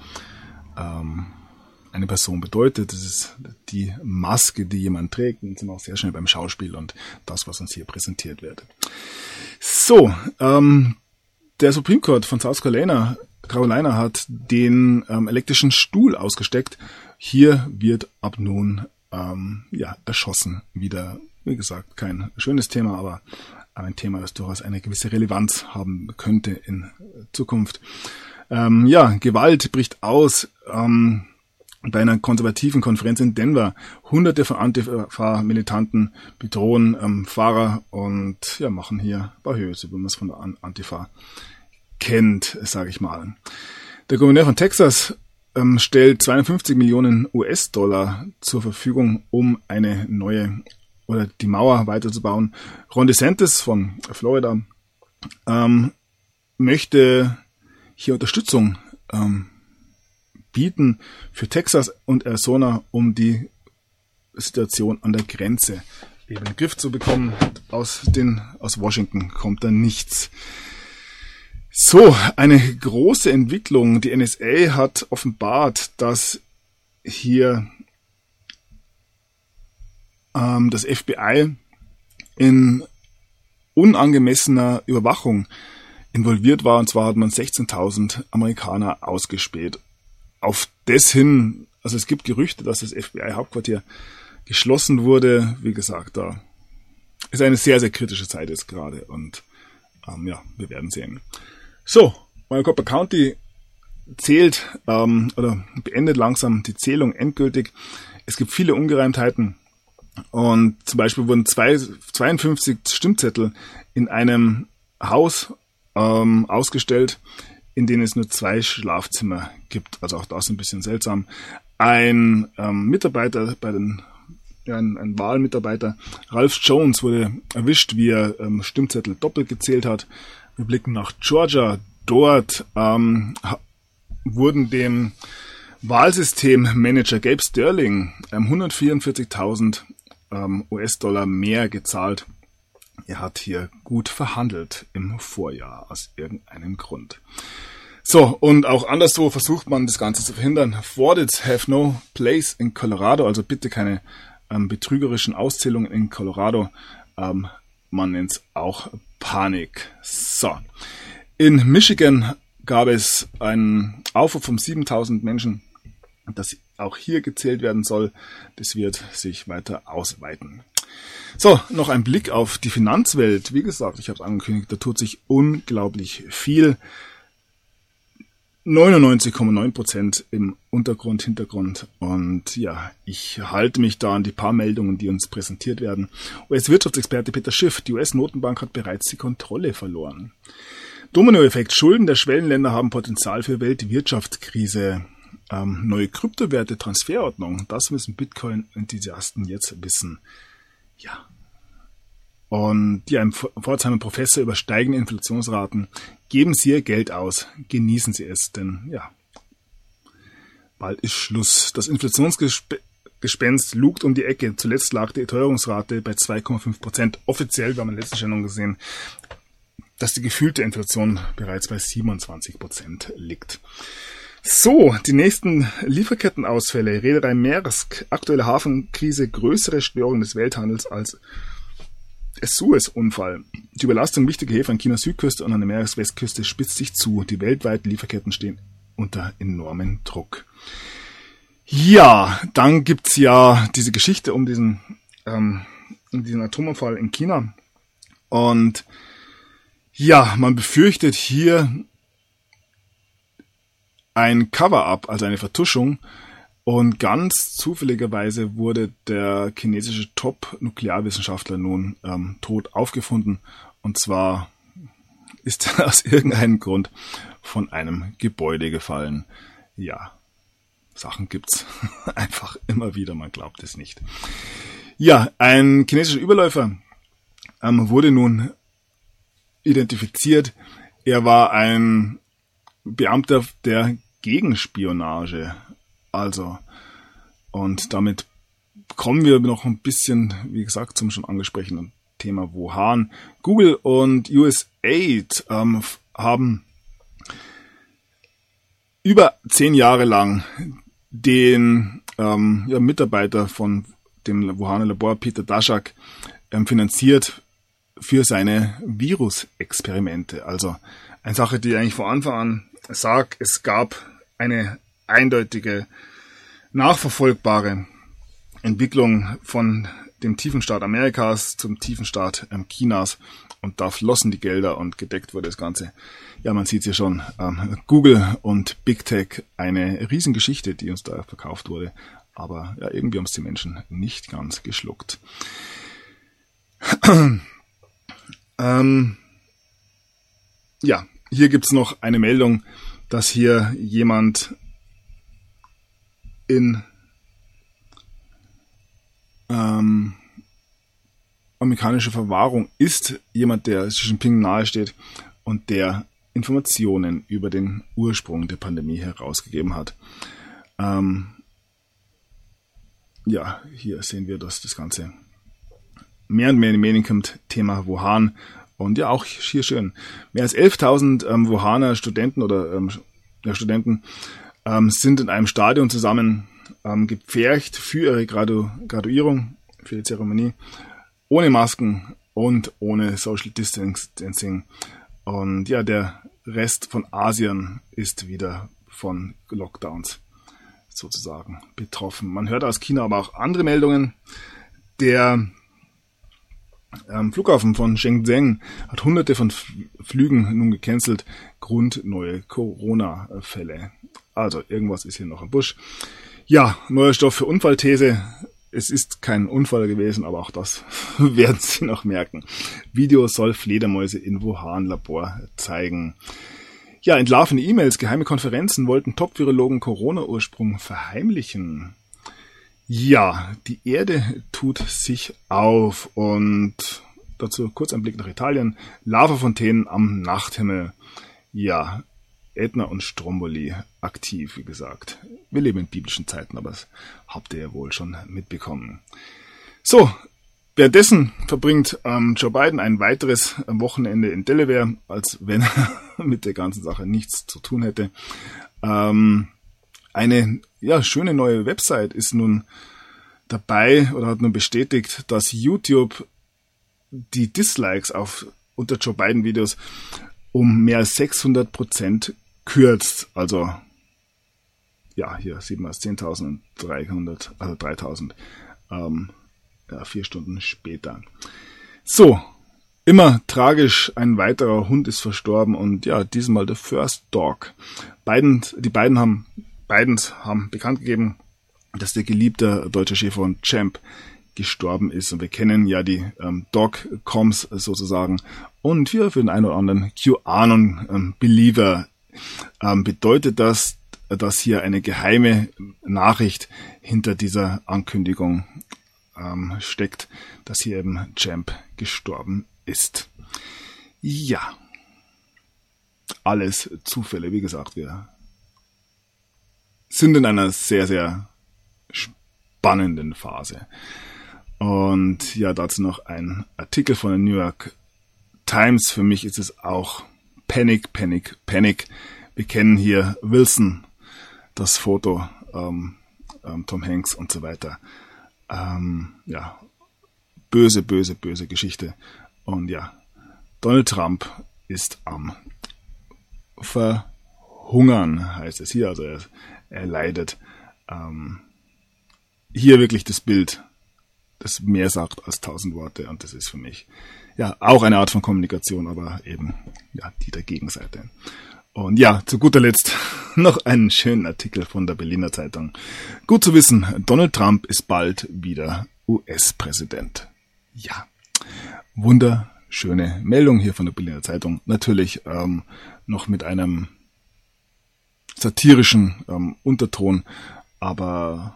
eine Person bedeutet. Das ist die Maske, die jemand trägt. Und sind auch sehr schnell beim Schauspiel und das, was uns hier präsentiert wird. So, der Supreme Court von South Carolina hat den elektrischen Stuhl ausgesteckt. Hier wird ab nun erschossen. Wieder, wie gesagt, kein schönes Thema, aber ein Thema, das durchaus eine gewisse Relevanz haben könnte in Zukunft. Gewalt bricht aus. Bei einer konservativen Konferenz in Denver. Hunderte von Antifa-Militanten bedrohen Fahrer und ja, machen hier Bahöse, wie man es von der Antifa kennt, sage ich mal. Der Gouverneur von Texas stellt 52 Millionen US-Dollar zur Verfügung, um eine neue oder die Mauer weiterzubauen. Ron DeSantis von Florida möchte hier Unterstützung bieten für Texas und Arizona, um die Situation an der Grenze eben in den Griff zu bekommen. Aus Washington kommt da nichts. So, eine große Entwicklung. Die NSA hat offenbart, dass hier das FBI in unangemessener Überwachung involviert war. Und zwar hat man 16.000 Amerikaner ausgespäht. Auf das hin, also es gibt Gerüchte, dass das FBI-Hauptquartier geschlossen wurde. Wie gesagt, da ist eine sehr, sehr kritische Zeit jetzt gerade und wir werden sehen. So, Maricopa County zählt oder beendet langsam die Zählung endgültig. Es gibt viele Ungereimtheiten und zum Beispiel wurden 52 Stimmzettel in einem Haus ausgestellt, in denen es nur 2 Schlafzimmer gibt. Also auch das ein bisschen seltsam. Ein Mitarbeiter bei den ein Wahlmitarbeiter. Ralph Jones wurde erwischt, wie er Stimmzettel doppelt gezählt hat. Wir blicken nach Georgia. Dort wurden dem Wahlsystemmanager Gabe Sterling 144.000 US-Dollar mehr gezahlt. Er hat hier gut verhandelt im Vorjahr aus irgendeinem Grund. So, und auch anderswo versucht man das Ganze zu verhindern. Fraudits have no place in Colorado, also bitte keine betrügerischen Auszählungen in Colorado. Man nennt es auch Panik. So, in Michigan gab es einen Aufruf von 7.000 Menschen, dass auch hier gezählt werden soll. Das wird sich weiter ausweiten. So, noch ein Blick auf die Finanzwelt. Wie gesagt, ich habe es angekündigt, da tut sich unglaublich viel. 99,9% im Hintergrund. Und ja, ich halte mich da an die paar Meldungen, die uns präsentiert werden. US-Wirtschaftsexperte Peter Schiff, die US-Notenbank hat bereits die Kontrolle verloren. Dominoeffekt, Schulden der Schwellenländer haben Potenzial für Weltwirtschaftskrise. Neue Kryptowerte, Transferordnung, das müssen Bitcoin-Enthusiasten jetzt wissen. Ja. Und ja, ein Pforzheimer Professor über steigende Inflationsraten. Geben Sie Ihr Geld aus, genießen Sie es, denn ja, bald ist Schluss. Das Inflationsgespenst lugt um die Ecke. Zuletzt lag die Teuerungsrate bei 2,5%. Offiziell, wir haben in der letzten Sendung gesehen, dass die gefühlte Inflation bereits bei 27% liegt. So, die nächsten Lieferkettenausfälle. Reederei Maersk, aktuelle Hafenkrise, größere Störung des Welthandels als Suez-Unfall. Die Überlastung wichtiger Häfen an Chinas Südküste und an der Meereswestküste spitzt sich zu. Die weltweiten Lieferketten stehen unter enormen Druck. Ja, dann gibt's ja diese Geschichte um diesen Atomunfall in China. Und ja, man befürchtet hier ein Cover-up, also eine Vertuschung. Und ganz zufälligerweise wurde der chinesische Top-Nuklearwissenschaftler nun tot aufgefunden. Und zwar ist er aus irgendeinem Grund von einem Gebäude gefallen. Ja, Sachen gibt's einfach immer wieder, man glaubt es nicht. Ja, ein chinesischer Überläufer wurde nun identifiziert. Er war ein Beamter der Gegenspionage. Also, und damit kommen wir noch ein bisschen, wie gesagt, zum schon angesprochenen Thema Wuhan. Google und USAID haben über 10 Jahre lang den Mitarbeiter von dem Wuhaner Labor, Peter Daszak, finanziert für seine Virusexperimente. Also eine Sache, die eigentlich von Anfang an sagt, es gab eine eindeutige, nachverfolgbare Entwicklung von dem tiefen Staat Amerikas zum tiefen Staat Chinas, und da flossen die Gelder und gedeckt wurde das Ganze. Ja, man sieht es ja schon, Google und Big Tech, eine Riesengeschichte, die uns da verkauft wurde, aber ja, irgendwie haben es die Menschen nicht ganz geschluckt. Ja, hier gibt's noch eine Meldung, dass hier jemand in amerikanische Verwahrung ist, jemand, der Xi Jinping nahesteht und der Informationen über den Ursprung der Pandemie herausgegeben hat. Ja, hier sehen wir, dass das Ganze mehr und mehr in die Medien kommt, Thema Wuhan. Und ja, auch hier schön. Mehr als 11.000 Wuhaner Studenten oder Studenten sind in einem Stadion zusammen gepfercht für ihre Graduierung, für die Zeremonie, ohne Masken und ohne Social Distancing. Und ja, der Rest von Asien ist wieder von Lockdowns sozusagen betroffen. Man hört aus China aber auch andere Meldungen. Der Flughafen von Shenzhen hat hunderte von Flügen nun gecancelt, Grund neue Corona-Fälle. Also irgendwas ist hier noch im Busch. Ja, neuer Stoff für Unfallthese. Es ist kein Unfall gewesen, aber auch das werden Sie noch merken. Video soll Fledermäuse in Wuhan-Labor zeigen. Ja, entlarvende E-Mails, geheime Konferenzen wollten Top-Virologen Corona-Ursprung verheimlichen. Ja, die Erde tut sich auf und dazu kurz ein Blick nach Italien. Lavafontänen am Nachthimmel. Ja, Ätna und Stromboli aktiv, wie gesagt. Wir leben in biblischen Zeiten, aber das habt ihr ja wohl schon mitbekommen. So, währenddessen verbringt Joe Biden ein weiteres Wochenende in Delaware, als wenn er mit der ganzen Sache nichts zu tun hätte. Eine schöne neue Website ist nun dabei oder hat nun bestätigt, dass YouTube die Dislikes unter Joe Biden Videos um mehr als 600% kürzt. Also hier sieht man es 10.000 und 300, also 3.000 4 Stunden später. So, immer tragisch, ein weiterer Hund ist verstorben und diesmal der First Dog. Die beiden haben bekannt gegeben, dass der geliebte deutsche Schäferhund Champ gestorben ist. Und wir kennen ja die Dog-Coms sozusagen. Und für den einen oder anderen QAnon-Believer bedeutet das, dass hier eine geheime Nachricht hinter dieser Ankündigung steckt, dass hier eben Champ gestorben ist. Ja, alles Zufälle. Wie gesagt, wir sind in einer sehr, sehr spannenden Phase. Und dazu noch ein Artikel von der New York Times. Für mich ist es auch Panic, Panic, Panic. Wir kennen hier Wilson, das Foto, Tom Hanks und so weiter. Böse, böse, böse Geschichte. Und Donald Trump ist am Verhungern, heißt es hier. Also er leidet. Hier wirklich das Bild, das mehr sagt als 1000 Worte. Und das ist für mich auch eine Art von Kommunikation, aber eben die der Gegenseite. Und zu guter Letzt noch einen schönen Artikel von der Berliner Zeitung. Gut zu wissen, Donald Trump ist bald wieder US-Präsident. Ja, wunderschöne Meldung hier von der Berliner Zeitung. Natürlich noch mit einem satirischen Unterton, aber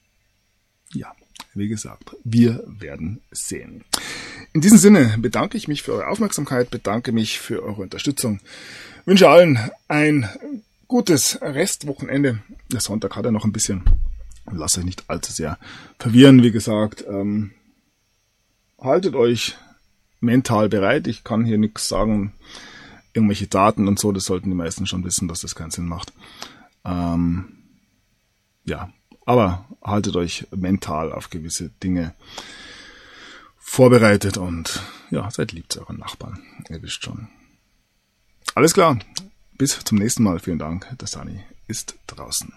wie gesagt, wir werden sehen. In diesem Sinne bedanke ich mich für eure Aufmerksamkeit, bedanke mich für eure Unterstützung, wünsche allen ein gutes Restwochenende. Der Sonntag hat ja noch ein bisschen, lasst euch nicht allzu sehr verwirren, wie gesagt. Haltet euch mental bereit, ich kann hier nichts sagen, irgendwelche Daten und so, das sollten die meisten schon wissen, dass das keinen Sinn macht. Aber haltet euch mental auf gewisse Dinge vorbereitet und seid lieb zu euren Nachbarn. Ihr wisst schon. Alles klar. Bis zum nächsten Mal. Vielen Dank. Der Sunny ist draußen.